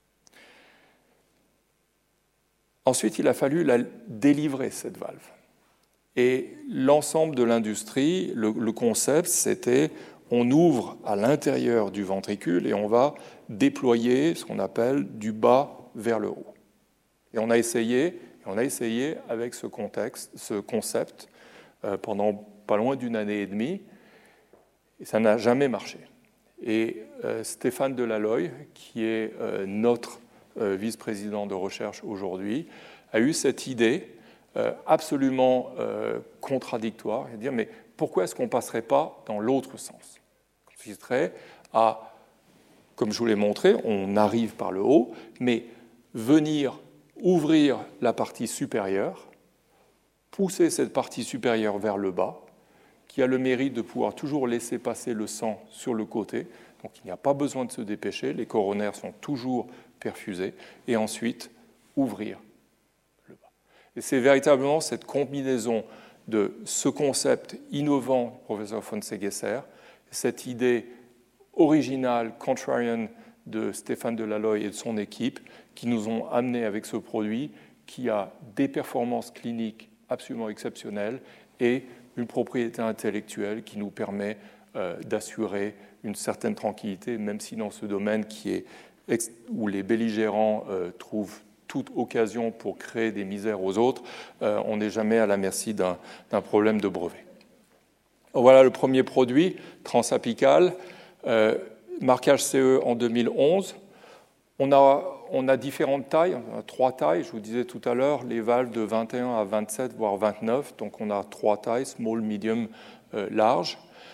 Ensuite, il a fallu la délivrer, cette valve. Et l'ensemble de l'industrie, le, le concept, c'était on ouvre à l'intérieur du ventricule et on va déployer ce qu'on appelle du bas vers le haut. Et on a essayé, on a essayé avec ce, contexte, ce concept euh, pendant pas loin d'une année et demie, et ça n'a jamais marché. Et euh, Stéphane Delalloye, qui est euh, notre euh, vice-président de recherche aujourd'hui, a eu cette idée euh, absolument euh, contradictoire, et dire mais pourquoi est-ce qu'on ne passerait pas dans l'autre sens? On consisterait à, comme je vous l'ai montré, on arrive par le haut, mais venir ouvrir la partie supérieure, pousser cette partie supérieure vers le bas, qui a le mérite de pouvoir toujours laisser passer le sang sur le côté. Donc il n'y a pas besoin de se dépêcher, les coronaires sont toujours perfusés, et ensuite ouvrir le bas. Et c'est véritablement cette combinaison de ce concept innovant du professeur von Segesser, cette idée originale, contrarian, de Stéphane Delalloye et de son équipe, qui nous ont amenés avec ce produit qui a des performances cliniques absolument exceptionnelles et une propriété intellectuelle qui nous permet euh, d'assurer une certaine tranquillité, même si dans ce domaine qui est ex- où les belligérants euh, trouvent toute occasion pour créer des misères aux autres, euh, on n'est jamais à la merci d'un, d'un problème de brevet. Voilà le premier produit, transapical, euh, marquage C E en deux mille onze. On a, on a différentes tailles, on a trois tailles, je vous disais tout à l'heure, les valves de vingt et un à vingt-sept, voire vingt-neuf, donc on a trois tailles, small, medium, euh, large.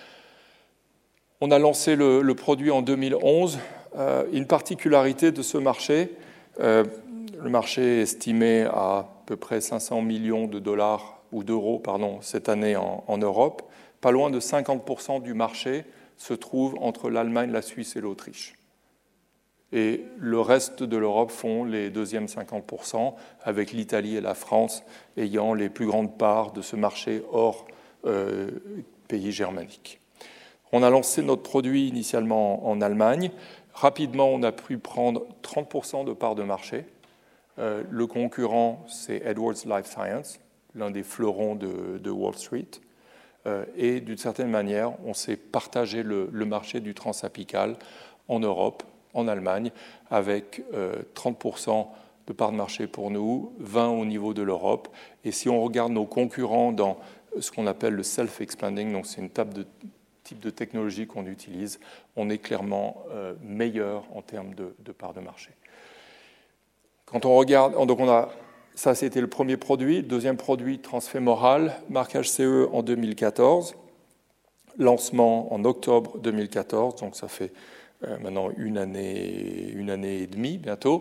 On a lancé le, le produit en deux mille onze. Euh, une particularité de ce marché, euh, le marché est estimé à à peu près cinq cents millions de dollars ou d'euros pardon, cette année en, en Europe, pas loin de cinquante pour cent du marché se trouve entre l'Allemagne, la Suisse et l'Autriche. Et le reste de l'Europe font les deuxièmes cinquante pour cent, avec l'Italie et la France ayant les plus grandes parts de ce marché hors euh, pays germaniques. On a lancé notre produit initialement en Allemagne. Rapidement, on a pu prendre trente pour cent de parts de marché. Euh, le concurrent, c'est Edwards Lifesciences, l'un des fleurons de, de Wall Street. Euh, et d'une certaine manière, on s'est partagé le, le marché du transapical en Europe, en Allemagne, avec euh, trente pour cent de parts de marché pour nous, vingt pour cent au niveau de l'Europe. Et si on regarde nos concurrents dans ce qu'on appelle le self-expanding, donc c'est une table de type de technologie qu'on utilise, on est clairement euh, meilleur en termes de, de parts de marché. Quand on regarde, donc on a, ça c'était le premier produit, deuxième produit, transfémoral, marquage C E en deux mille quatorze, lancement en octobre deux mille quatorze, donc ça fait euh, maintenant une année, une année et demie bientôt.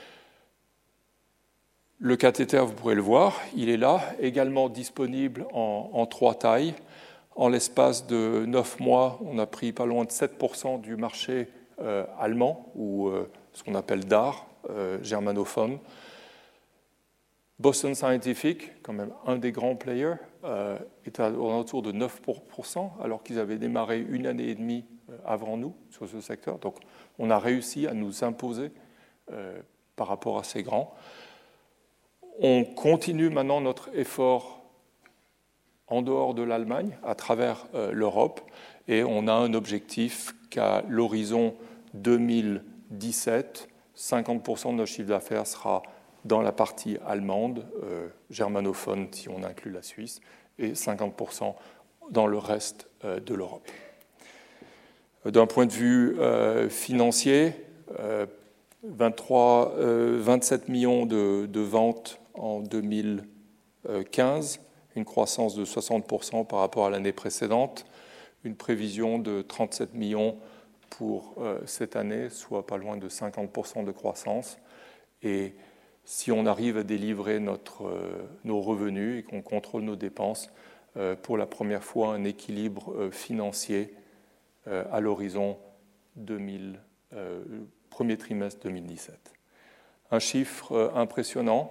Le cathéter, vous pourrez le voir, il est là, également disponible en, en trois tailles. En l'espace de neuf mois, on a pris pas loin de sept pour cent du marché euh, allemand, ou euh, ce qu'on appelle D A R, euh, germanophone. Boston Scientific, quand même un des grands players, euh, est à autour de neuf pour cent, alors qu'ils avaient démarré une année et demie avant nous sur ce secteur. Donc on a réussi à nous imposer euh, par rapport à ces grands. On continue maintenant notre effort en dehors de l'Allemagne, à travers euh, l'Europe, et on a un objectif qu'à l'horizon deux mille dix-sept, cinquante pour cent de notre chiffre d'affaires sera dans la partie allemande, euh, germanophone si on inclut la Suisse, et cinquante pour cent dans le reste euh, de l'Europe. D'un point de vue euh, financier, euh, vingt-trois, euh, vingt-sept millions de, de ventes en deux mille quinze, une croissance de soixante pour cent par rapport à l'année précédente, une prévision de trente-sept millions pour euh, cette année, soit pas loin de cinquante pour cent de croissance. Et si on arrive à délivrer notre, euh, nos revenus et qu'on contrôle nos dépenses, euh, pour la première fois un équilibre euh, financier euh, à l'horizon deux mille, euh, premier trimestre deux mille dix-sept. Un chiffre euh, impressionnant.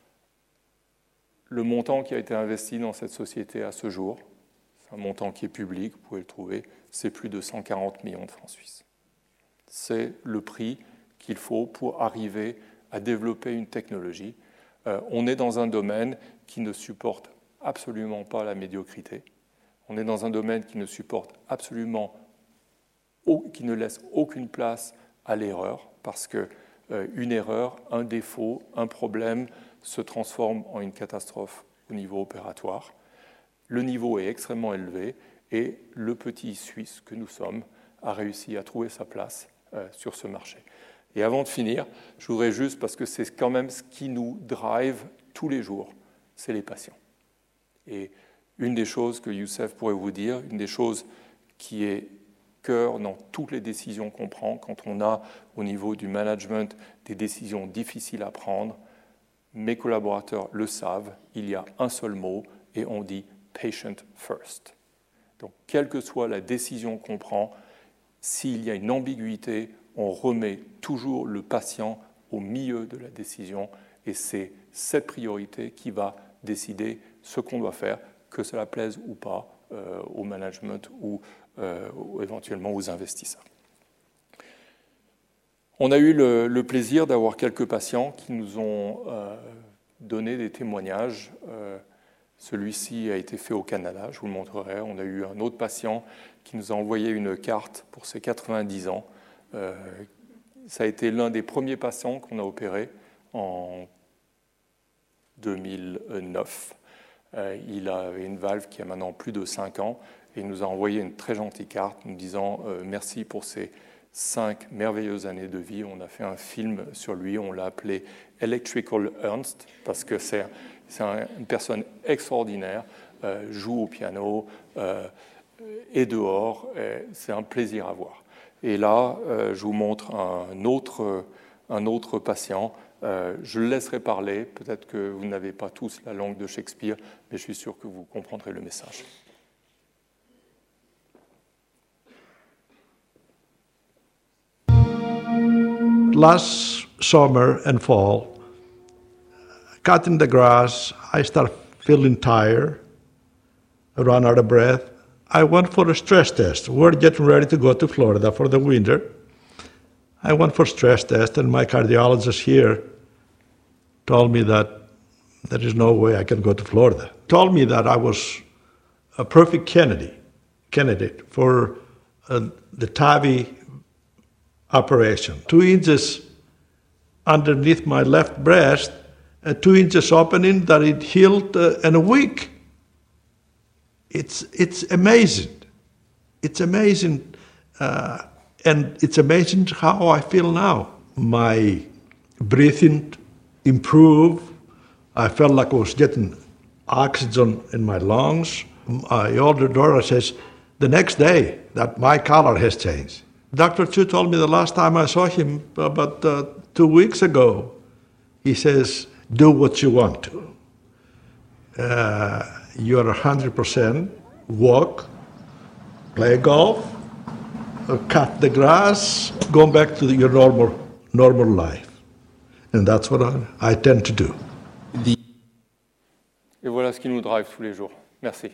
Le montant qui a été investi dans cette société à ce jour, c'est un montant qui est public, vous pouvez le trouver, c'est plus de cent quarante millions de francs suisses. C'est le prix qu'il faut pour arriver à développer une technologie. Euh, on est dans un domaine qui ne supporte absolument pas la médiocrité. On est dans un domaine qui ne supporte absolument, qui ne laisse aucune place à l'erreur, parce que euh, une erreur, un défaut, un problème se transforme en une catastrophe au niveau opératoire. Le niveau est extrêmement élevé et le petit Suisse que nous sommes a réussi à trouver sa place euh, sur ce marché. Et avant de finir, je voudrais juste, parce que c'est quand même ce qui nous drive tous les jours, c'est les patients. Et une des choses que Youssef pourrait vous dire, une des choses qui est cœur dans toutes les décisions qu'on prend, quand on a au niveau du management des décisions difficiles à prendre, mes collaborateurs le savent, il y a un seul mot et on dit « patient first ». Donc, quelle que soit la décision qu'on prend, s'il y a une ambiguïté, on remet toujours le patient au milieu de la décision et c'est cette priorité qui va décider ce qu'on doit faire, que cela plaise ou pas euh, au management ou, euh, ou éventuellement aux investisseurs. On a eu le, le plaisir d'avoir quelques patients qui nous ont euh, donné des témoignages. Euh, celui-ci a été fait au Canada, je vous le montrerai. On a eu un autre patient qui nous a envoyé une carte pour ses quatre-vingt-dix ans. Euh, ça a été l'un des premiers patients qu'on a opéré en deux mille neuf. Euh, il avait une valve qui a maintenant plus de cinq ans et il nous a envoyé une très gentille carte nous disant euh, merci pour ces cinq merveilleuses années de vie. On a fait un film sur lui, on l'a appelé Electrical Ernst parce que c'est, c'est un, une personne extraordinaire, euh, joue au piano, euh, est dehors, et c'est un plaisir à voir. Et là, euh, je vous montre un autre, un autre patient Euh, je le laisserai parler. Peut-être que vous n'avez pas tous la langue de Shakespeare, mais je suis sûr que vous comprendrez le message. Last summer and fall, cutting the grass, I start feeling tired, I run out of breath. I went for a stress test. We're getting ready to go to Florida for the winter. I went for stress test, and my cardiologist here told me that there is no way I can go to Florida. Told me that I was a perfect candidate, candidate for uh, the TAVI operation. Two inches underneath my left breast, and two inches opening that it healed uh, in a week. It's, it's amazing. It's amazing. Uh, and it's amazing how I feel now. My breathing improved. I felt like I was getting oxygen in my lungs. My older daughter says the next day that my color has changed. Doctor Chu told me the last time I saw him about uh, two weeks ago, he says, do what you want to. Uh, you're one hundred percent, walk, play golf, uh, cut the grass, go back to your normal, normal life. And that's what I, I tend to do. Et voilà ce qui nous drive tous les jours. Merci.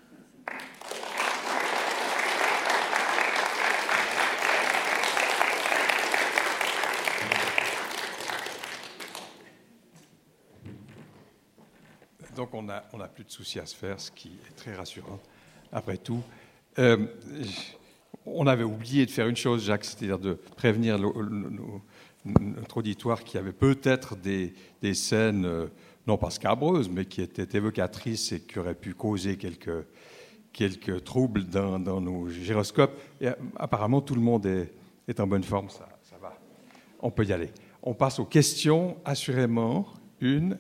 Donc on n'a on a plus de soucis à se faire, ce qui est très rassurant. Après tout, euh, on avait oublié de faire une chose, Jacques, c'est-à-dire de prévenir le, le, le, notre auditoire qu'il y avait peut-être des, des scènes, euh, non pas scabreuses, mais qui étaient évocatrices et qui auraient pu causer quelques, quelques troubles dans, dans nos gyroscopes. Et apparemment, tout le monde est, est en bonne forme, ça, ça va. On peut y aller. On passe aux questions, assurément. Une...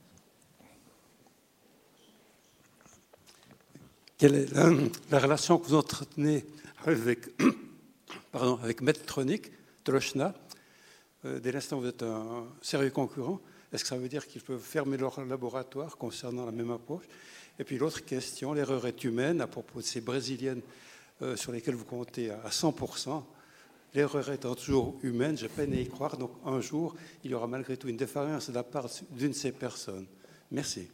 Quelle est la, la relation que vous entretenez avec, pardon, avec Medtronic, Trochna? euh, Dès l'instant où vous êtes un sérieux concurrent, est-ce que ça veut dire qu'ils peuvent fermer leur laboratoire concernant la même approche? Et puis l'autre question, l'erreur est humaine à propos de ces Brésiliennes euh, sur lesquelles vous comptez à cent pour cent. L'erreur étant toujours humaine, je peine à y croire. Donc un jour, il y aura malgré tout une défaillance de la part d'une de ces personnes. Merci.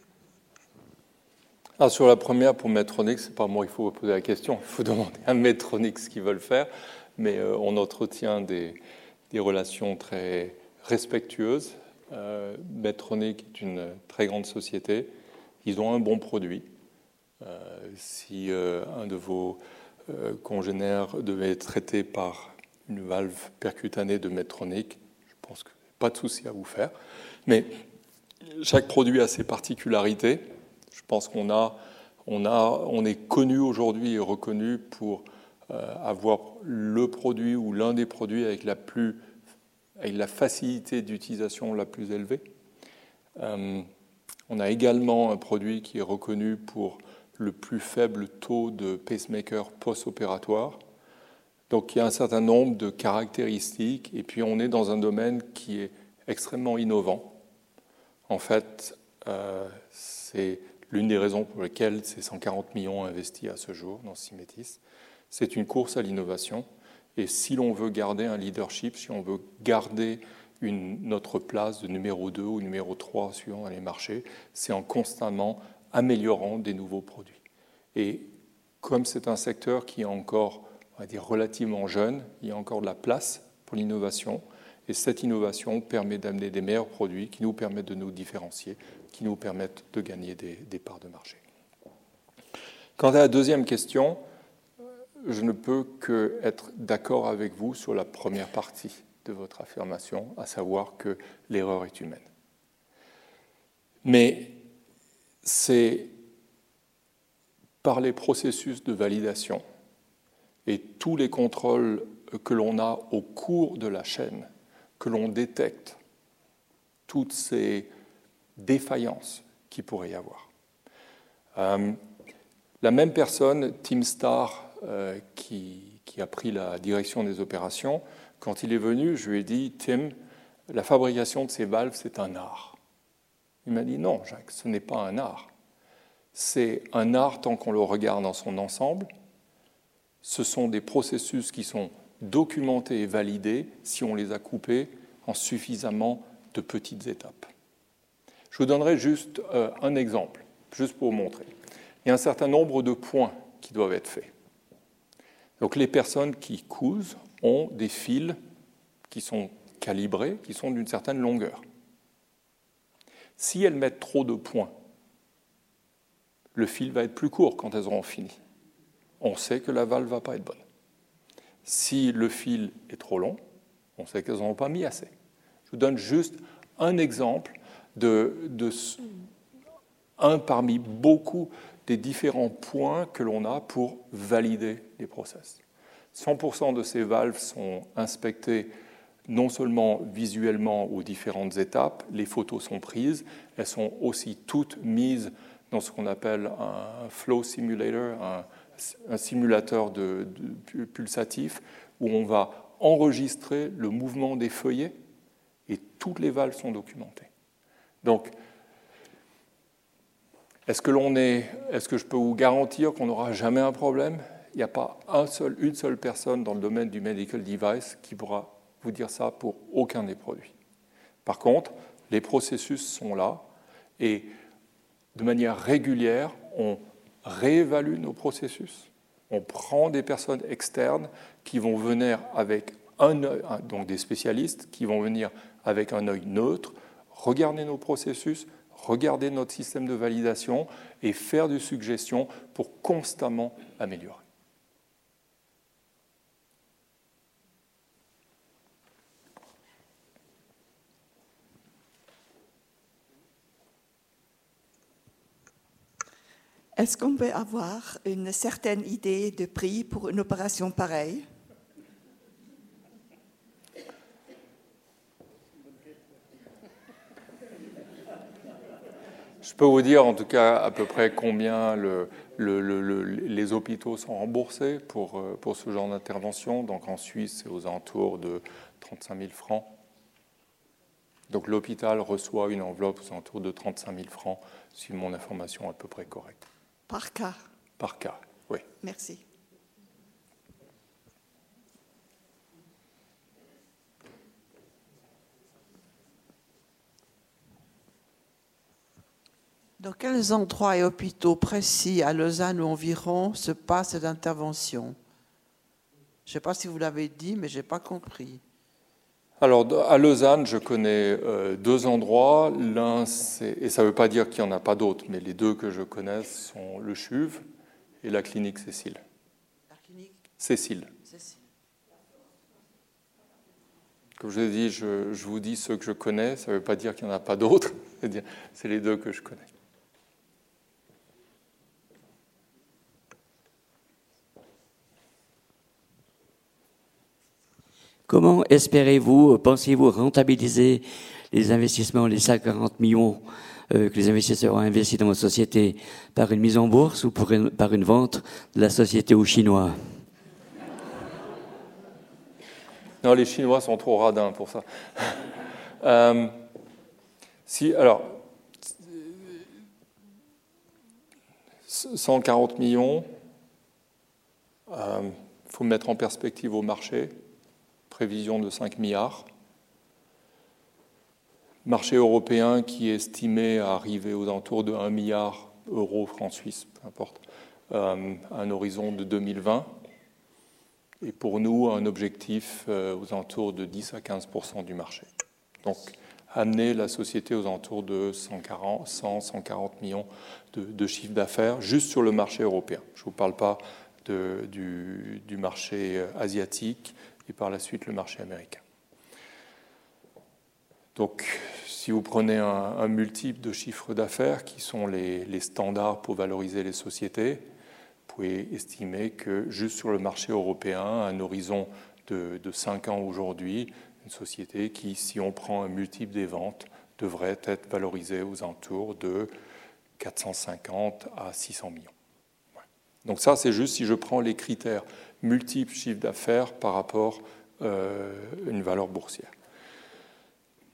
Alors sur la première, pour Medtronic, c'est pas moi qu'il faut poser la question, il faut demander à Medtronic ce qu'ils veulent faire, mais euh, on entretient des, des relations très respectueuses. Euh, Medtronic est une très grande société, ils ont un bon produit. Euh, si euh, un de vos euh, congénères devait être traité par une valve percutanée de Medtronic, je pense que pas de souci à vous faire, mais chaque produit a ses particularités. Je pense qu'on a, on a, on est connu aujourd'hui et reconnu pour euh, avoir le produit ou l'un des produits avec la plus, avec la facilité d'utilisation la plus élevée. Euh, on a également un produit qui est reconnu pour le plus faible taux de pacemaker post-opératoire. Donc il y a un certain nombre de caractéristiques et puis on est dans un domaine qui est extrêmement innovant. En fait, euh, c'est l'une des raisons pour lesquelles ces cent quarante millions investis à ce jour dans Symetis. C'est une course à l'innovation. Et si l'on veut garder un leadership, si on veut garder une, notre place de numéro deux ou numéro trois suivant les marchés, c'est en constamment améliorant des nouveaux produits. Et comme c'est un secteur qui est encore, on va dire, relativement jeune, il y a encore de la place pour l'innovation. Et cette innovation permet d'amener des meilleurs produits qui nous permettent de nous différencier, qui nous permettent de gagner des, des parts de marché. Quant à la deuxième question, je ne peux qu'être d'accord avec vous sur la première partie de votre affirmation, à savoir que l'erreur est humaine. Mais c'est par les processus de validation et tous les contrôles que l'on a au cours de la chaîne que l'on détecte toutes ces défaillances qu'il pourrait y avoir. Euh, la même personne, Tim Starr, euh, qui, qui a pris la direction des opérations, quand il est venu, je lui ai dit « Tim, la fabrication de ces valves, c'est un art. Il m'a dit, non, Jacques, ce n'est pas un art. C'est un art tant qu'on le regarde dans son ensemble. Ce sont des processus qui sont documentés et validés si on les a coupés en suffisamment de petites étapes. Je vous donnerai juste euh, un exemple, juste pour vous montrer. Il y a un certain nombre de points qui doivent être faits. Donc les personnes qui cousent ont des fils qui sont calibrés, qui sont d'une certaine longueur. Si elles mettent trop de points, le fil va être plus court quand elles auront fini. On sait que la valve ne va pas être bonne. Si le fil est trop long, on sait qu'elles n'en ont pas mis assez. Je vous donne juste un exemple de, de un parmi beaucoup des différents points que l'on a pour valider les process. cent pour cent de ces valves sont inspectées non seulement visuellement aux différentes étapes, les photos sont prises, elles sont aussi toutes mises dans ce qu'on appelle un flow simulator, un, un simulateur de, de pulsatif, où on va enregistrer le mouvement des feuillets et toutes les valves sont documentées. Donc, est-ce que, l'on est, est-ce que je peux vous garantir qu'on n'aura jamais un problème? Il n'y a pas un seul, une seule personne dans le domaine du medical device qui pourra vous dire ça pour aucun des produits. Par contre, les processus sont là et de manière régulière, on réévalue nos processus. On prend des personnes externes qui vont venir avec un œil, donc des spécialistes qui vont venir avec un œil neutre, regarder nos processus, regarder notre système de validation et faire des suggestions pour constamment améliorer. Est-ce qu'on peut avoir une certaine idée de prix pour une opération pareille? Je peux vous dire en tout cas à peu près combien le, le, le, le, les hôpitaux sont remboursés pour, pour ce genre d'intervention. Donc en Suisse, c'est aux alentours de trente-cinq mille francs. Donc l'hôpital reçoit une enveloppe aux alentours de trente-cinq mille francs, si mon information est à peu près correcte. Par cas? Par cas, oui. Merci. Dans quels endroits et hôpitaux précis à Lausanne ou environ se passe cette intervention? Je ne sais pas si vous l'avez dit, mais je n'ai pas compris. Alors, à Lausanne, je connais euh, deux endroits. L'un, c'est, et ça ne veut pas dire qu'il n'y en a pas d'autres, mais les deux que je connais sont le CHUV et la clinique Cécile. La clinique Cécile. Cécile. Comme je l'ai dit, je, je vous dis ceux que je connais, ça ne veut pas dire qu'il n'y en a pas d'autres, c'est-à-dire c'est les deux que je connais. Comment espérez-vous, pensez-vous rentabiliser les investissements, les cent quarante millions euh, que les investisseurs ont investis dans votre société, par une mise en bourse ou pour une, par une vente de la société aux Chinois? Non, les Chinois sont trop radins pour ça. euh, si, alors, cent quarante millions, il euh, faut mettre en perspective au marché. Prévision de cinq milliards. Marché européen qui est estimé à arriver aux alentours de un milliard d'euros, francs suisses, peu importe, euh, à un horizon de deux mille vingt. Et pour nous, un objectif euh, aux alentours de dix à quinze pour cent du marché. Donc, amener la société aux alentours de cent quarante, cent, cent quarante millions de, de chiffre d'affaires juste sur le marché européen. Je ne vous parle pas de, du, du marché asiatique, et par la suite le marché américain. Donc, si vous prenez un, un multiple de chiffres d'affaires qui sont les, les standards pour valoriser les sociétés, vous pouvez estimer que juste sur le marché européen, à un horizon de, de cinq ans aujourd'hui, une société qui, si on prend un multiple des ventes, devrait être valorisée aux alentours de quatre cent cinquante à six cents millions. Ouais. Donc ça, c'est juste si je prends les critères multiples chiffres d'affaires par rapport à euh, une valeur boursière.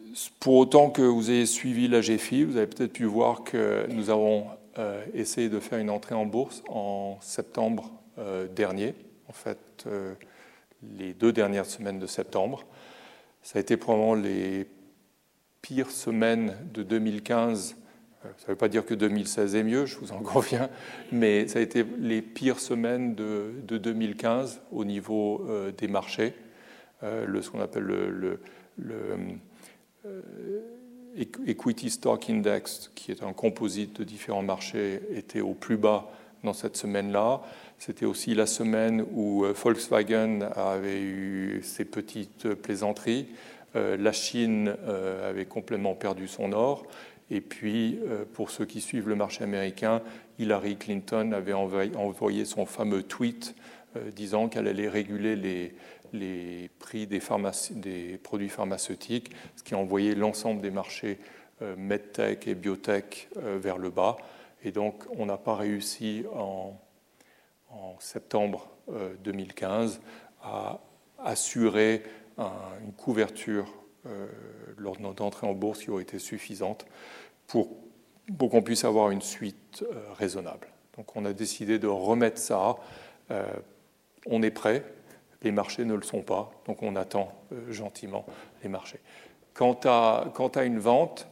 pour autant que vous ayez suivi l'A G F I, vous avez peut-être pu voir que nous avons euh, essayé de faire une entrée en bourse en septembre euh, dernier, en fait euh, les deux dernières semaines de septembre. Ça a été probablement les pires semaines de deux mille quinze. Ça ne veut pas dire que deux mille seize est mieux, je vous en conviens, mais ça a été les pires semaines de, de deux mille quinze au niveau euh, des marchés. Euh, le, ce qu'on appelle le, le, le euh, Equity Stock Index, qui est un composite de différents marchés, était au plus bas dans cette semaine-là. C'était aussi la semaine où Volkswagen avait eu ses petites plaisanteries. Euh, la Chine euh, avait complètement perdu son or. Et puis, euh, pour ceux qui suivent le marché américain, Hillary Clinton avait envoyé, envoyé son fameux tweet euh, disant qu'elle allait réguler les, les prix des, pharmacie- des produits pharmaceutiques, ce qui a envoyé l'ensemble des marchés euh, medtech et biotech euh, vers le bas. Et donc, on n'a pas réussi en, en septembre euh, deux mille quinze à assurer un, une couverture euh, lors de notre entrée en bourse qui aurait été suffisante pour, pour qu'on puisse avoir une suite euh, raisonnable. Donc, on a décidé de remettre ça. Euh, on est prêt. Les marchés ne le sont pas, donc on attend euh, gentiment les marchés. Quant à, quant à une vente,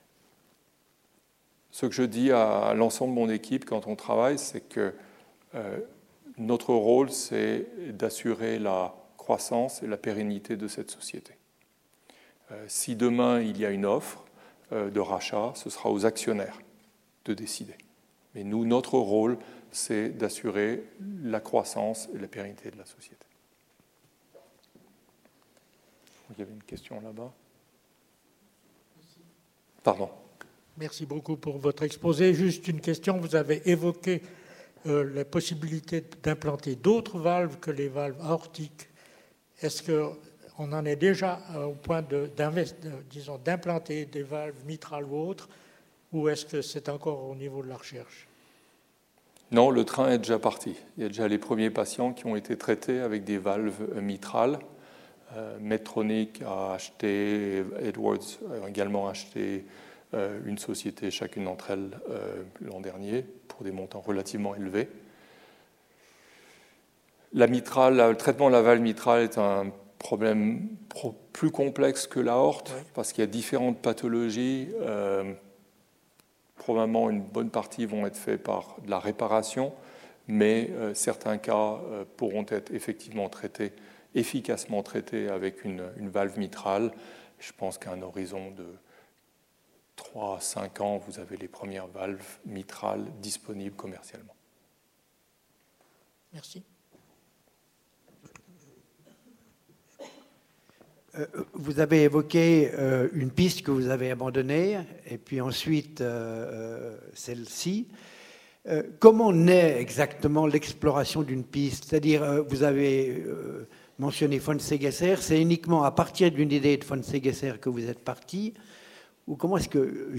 ce que je dis à l'ensemble de mon équipe quand on travaille, c'est que euh, notre rôle, c'est d'assurer la croissance et la pérennité de cette société. Euh, si demain il y a une offre euh, de rachat, ce sera aux actionnaires de décider. Mais nous, notre rôle, c'est d'assurer la croissance et la pérennité de la société. Il y avait une question là-bas. Pardon. Merci beaucoup pour votre exposé. Juste une question. Vous avez évoqué euh, la possibilité d'implanter d'autres valves que les valves aortiques. Est-ce qu'on en est déjà au point de, disons, d'implanter des valves mitrales ou autres, ou est-ce que c'est encore au niveau de la recherche? Non, le train est déjà parti. Il y a déjà les premiers patients qui ont été traités avec des valves mitrales. Euh, Medtronic a acheté, Edwards a également acheté euh, une société, chacune d'entre elles, euh, l'an dernier, pour des montants relativement élevés. La mitrale, le traitement de la valve mitrale est un problème pro, plus complexe que l'aorte, oui. Parce qu'il y a différentes pathologies. Euh, probablement une bonne partie vont être faits par de la réparation, mais euh, certains cas euh, pourront être effectivement traités efficacement traité avec une, une valve mitrale. Je pense qu'à un horizon de trois à cinq ans, vous avez les premières valves mitrales disponibles commercialement. Merci. Euh, vous avez évoqué euh, une piste que vous avez abandonnée, et puis ensuite euh, celle-ci. Euh, comment naît exactement l'exploration d'une piste? C'est-à-dire, euh, vous avez euh, mentionné von Segesser, c'est uniquement à partir d'une idée de von Segesser que vous êtes parti, ou comment est-ce que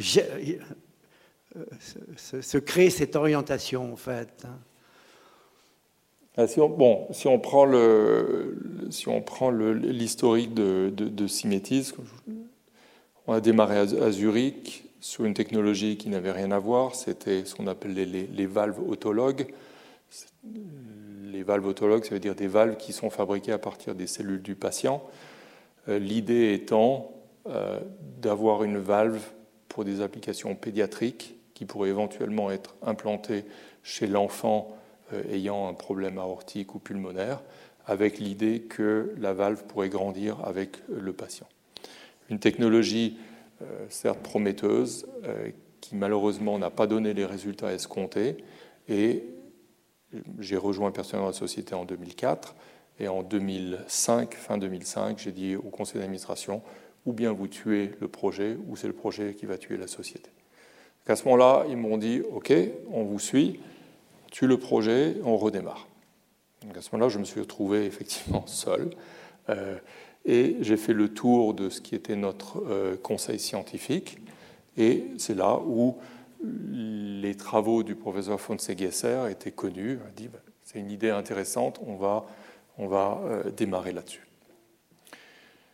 euh, se, se crée cette orientation, en fait? Ah, si on, bon, si on prend le, si on prend le, l'historique de, de, de Symétis, on a démarré à, à Zurich sur une technologie qui n'avait rien à voir, c'était ce qu'on appelait les, les valves autologues. Les valves autologues, ça veut dire des valves qui sont fabriquées à partir des cellules du patient. Euh, l'idée étant euh, d'avoir une valve pour des applications pédiatriques qui pourraient éventuellement être implantées chez l'enfant euh, ayant un problème aortique ou pulmonaire, avec l'idée que la valve pourrait grandir avec le patient. Une technologie euh, certes prometteuse, euh, qui malheureusement n'a pas donné les résultats escomptés, et j'ai rejoint personnellement la société en deux mille quatre, et en deux mille cinq, fin deux mille cinq, j'ai dit au conseil d'administration, ou bien vous tuez le projet, ou c'est le projet qui va tuer la société. À ce moment-là, ils m'ont dit, OK, on vous suit, on tue le projet, on redémarre. Donc à ce moment-là, je me suis retrouvé effectivement seul, euh, et j'ai fait le tour de ce qui était notre euh, conseil scientifique, et c'est là où les travaux du professeur von Segesser étaient connus. Il a dit, c'est une idée intéressante, on va, on va euh, démarrer là-dessus.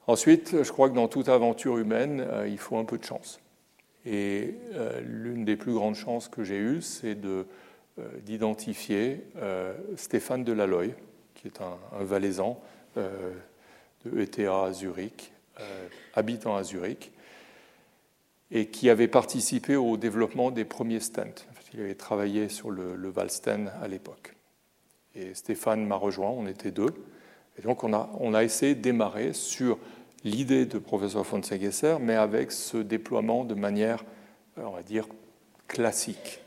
Ensuite, je crois que dans toute aventure humaine, euh, il faut un peu de chance. Et euh, l'une des plus grandes chances que j'ai eues, c'est de, euh, d'identifier euh, Stéphane Delaloy, qui est un, un Valaisan euh, de E T A à Zurich, euh, habitant à Zurich, et qui avait participé au développement des premiers stents. Il avait travaillé sur le, le Valsten à l'époque. Et Stéphane m'a rejoint, on était deux. Et donc on a, on a essayé de démarrer sur l'idée de professeur von Segeser, mais avec ce déploiement de manière, on va dire, classique.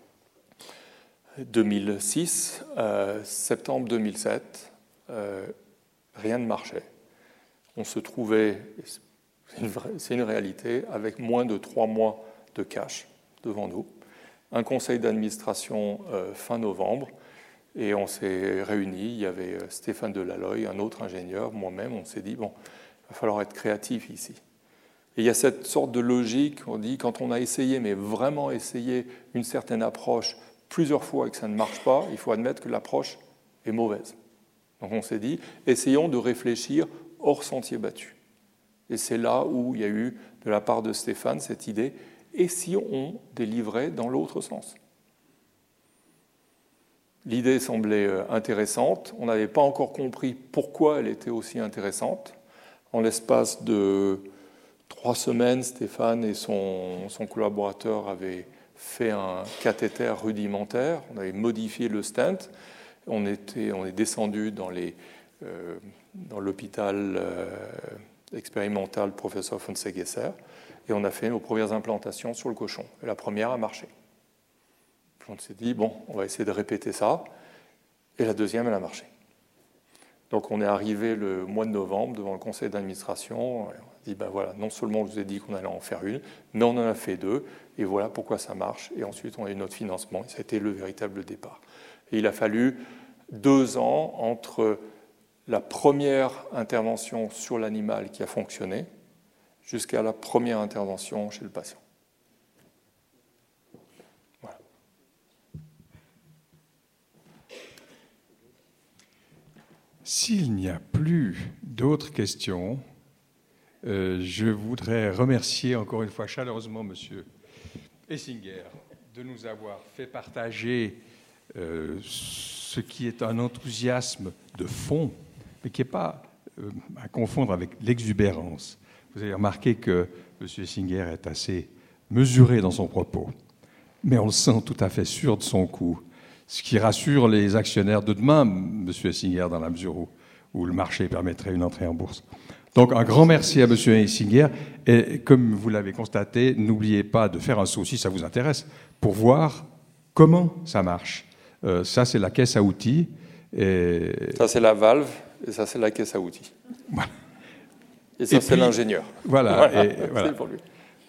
deux mille six, euh, septembre deux mille sept, euh, rien ne marchait. On se trouvait, c'est une, vraie, c'est une réalité, avec moins de trois mois de cash devant nous. Un conseil d'administration euh, fin novembre, et on s'est réunis. Il y avait Stéphane Delaloy, un autre ingénieur, moi-même. On s'est dit, bon, il va falloir être créatif ici. Et il y a cette sorte de logique, on dit, quand on a essayé, mais vraiment essayé une certaine approche plusieurs fois et que ça ne marche pas, il faut admettre que l'approche est mauvaise. Donc on s'est dit, essayons de réfléchir hors sentier battu. Et c'est là où il y a eu, de la part de Stéphane, cette idée, et si on délivrait dans l'autre sens ? L'idée semblait intéressante. On n'avait pas encore compris pourquoi elle était aussi intéressante. En l'espace de trois semaines, Stéphane et son, son collaborateur avaient fait un cathéter rudimentaire. On avait modifié le stent. On, était, on est descendu dans, les, euh, dans l'hôpital euh, expérimental professeur von Segeser et on a fait nos premières implantations sur le cochon. Et la première a marché. On s'est dit, bon, on va essayer de répéter ça. Et la deuxième, elle a marché. Donc on est arrivé le mois de novembre devant le conseil d'administration. On a dit, ben voilà, non seulement on vous a dit qu'on allait en faire une, mais on en a fait deux. Et voilà pourquoi ça marche. Et ensuite, on a eu notre financement. Et ça a été le véritable départ. Et il a fallu deux ans entre la première intervention sur l'animal qui a fonctionné jusqu'à la première intervention chez le patient. S'il n'y a plus d'autres questions, euh, je voudrais remercier encore une fois chaleureusement M. Essinger de nous avoir fait partager euh, ce qui est un enthousiasme de fond, mais qui n'est pas euh, à confondre avec l'exubérance. Vous avez remarqué que M. Essinger est assez mesuré dans son propos, mais on le sent tout à fait sûr de son coup. Ce qui rassure les actionnaires de demain, M. Essinger, dans la mesure où, où le marché permettrait une entrée en bourse. Donc, un grand merci à M. Essinger. Et comme vous l'avez constaté, n'oubliez pas de faire un saut, si ça vous intéresse, pour voir comment ça marche. Euh, ça, c'est la caisse à outils. Et... Ça, c'est la valve, et ça, c'est la caisse à outils. Voilà. Et ça, et c'est puis, l'ingénieur. Voilà. voilà. Et, voilà. C'est pour lui. Youssef ?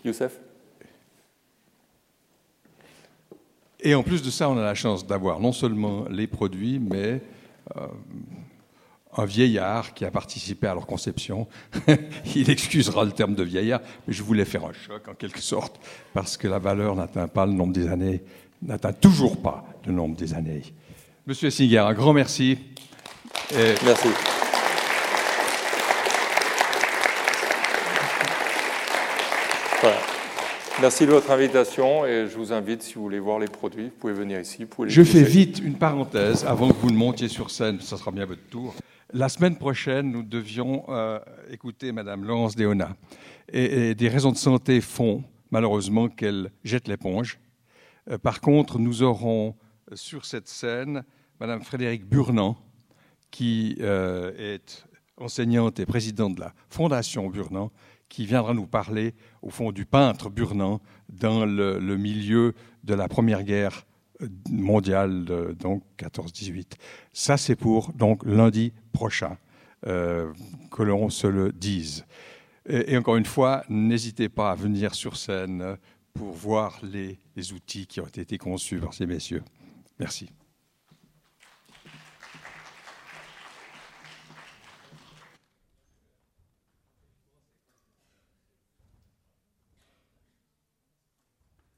Et en plus de ça, on a la chance d'avoir non seulement les produits, mais euh, un vieillard qui a participé à leur conception. Il excusera le terme de vieillard, mais je voulais faire un choc en quelque sorte, parce que la valeur n'atteint pas le nombre des années, n'atteint toujours pas le nombre des années. Monsieur Essinger, un grand merci. Et... Merci. Voilà. Merci de votre invitation et je vous invite, si vous voulez voir les produits, vous pouvez venir ici. Vous pouvez les je toucher. fais vite une parenthèse avant que vous ne montiez sur scène, ça sera bien votre tour. La semaine prochaine, nous devions euh, écouter Mme Laurence Déona. Et, et des raisons de santé font, malheureusement, qu'elle jette l'éponge. Euh, par contre, nous aurons sur cette scène Mme Frédérique Burnand, qui euh, est enseignante et présidente de la Fondation Burnand, qui viendra nous parler, au fond, du peintre Burnand dans le, le milieu de la Première Guerre mondiale, de, donc quatorze dix-huit. Ça, c'est pour donc lundi prochain, euh, que l'on se le dise. Et, et encore une fois, n'hésitez pas à venir sur scène pour voir les, les outils qui ont été conçus par ces messieurs. Merci.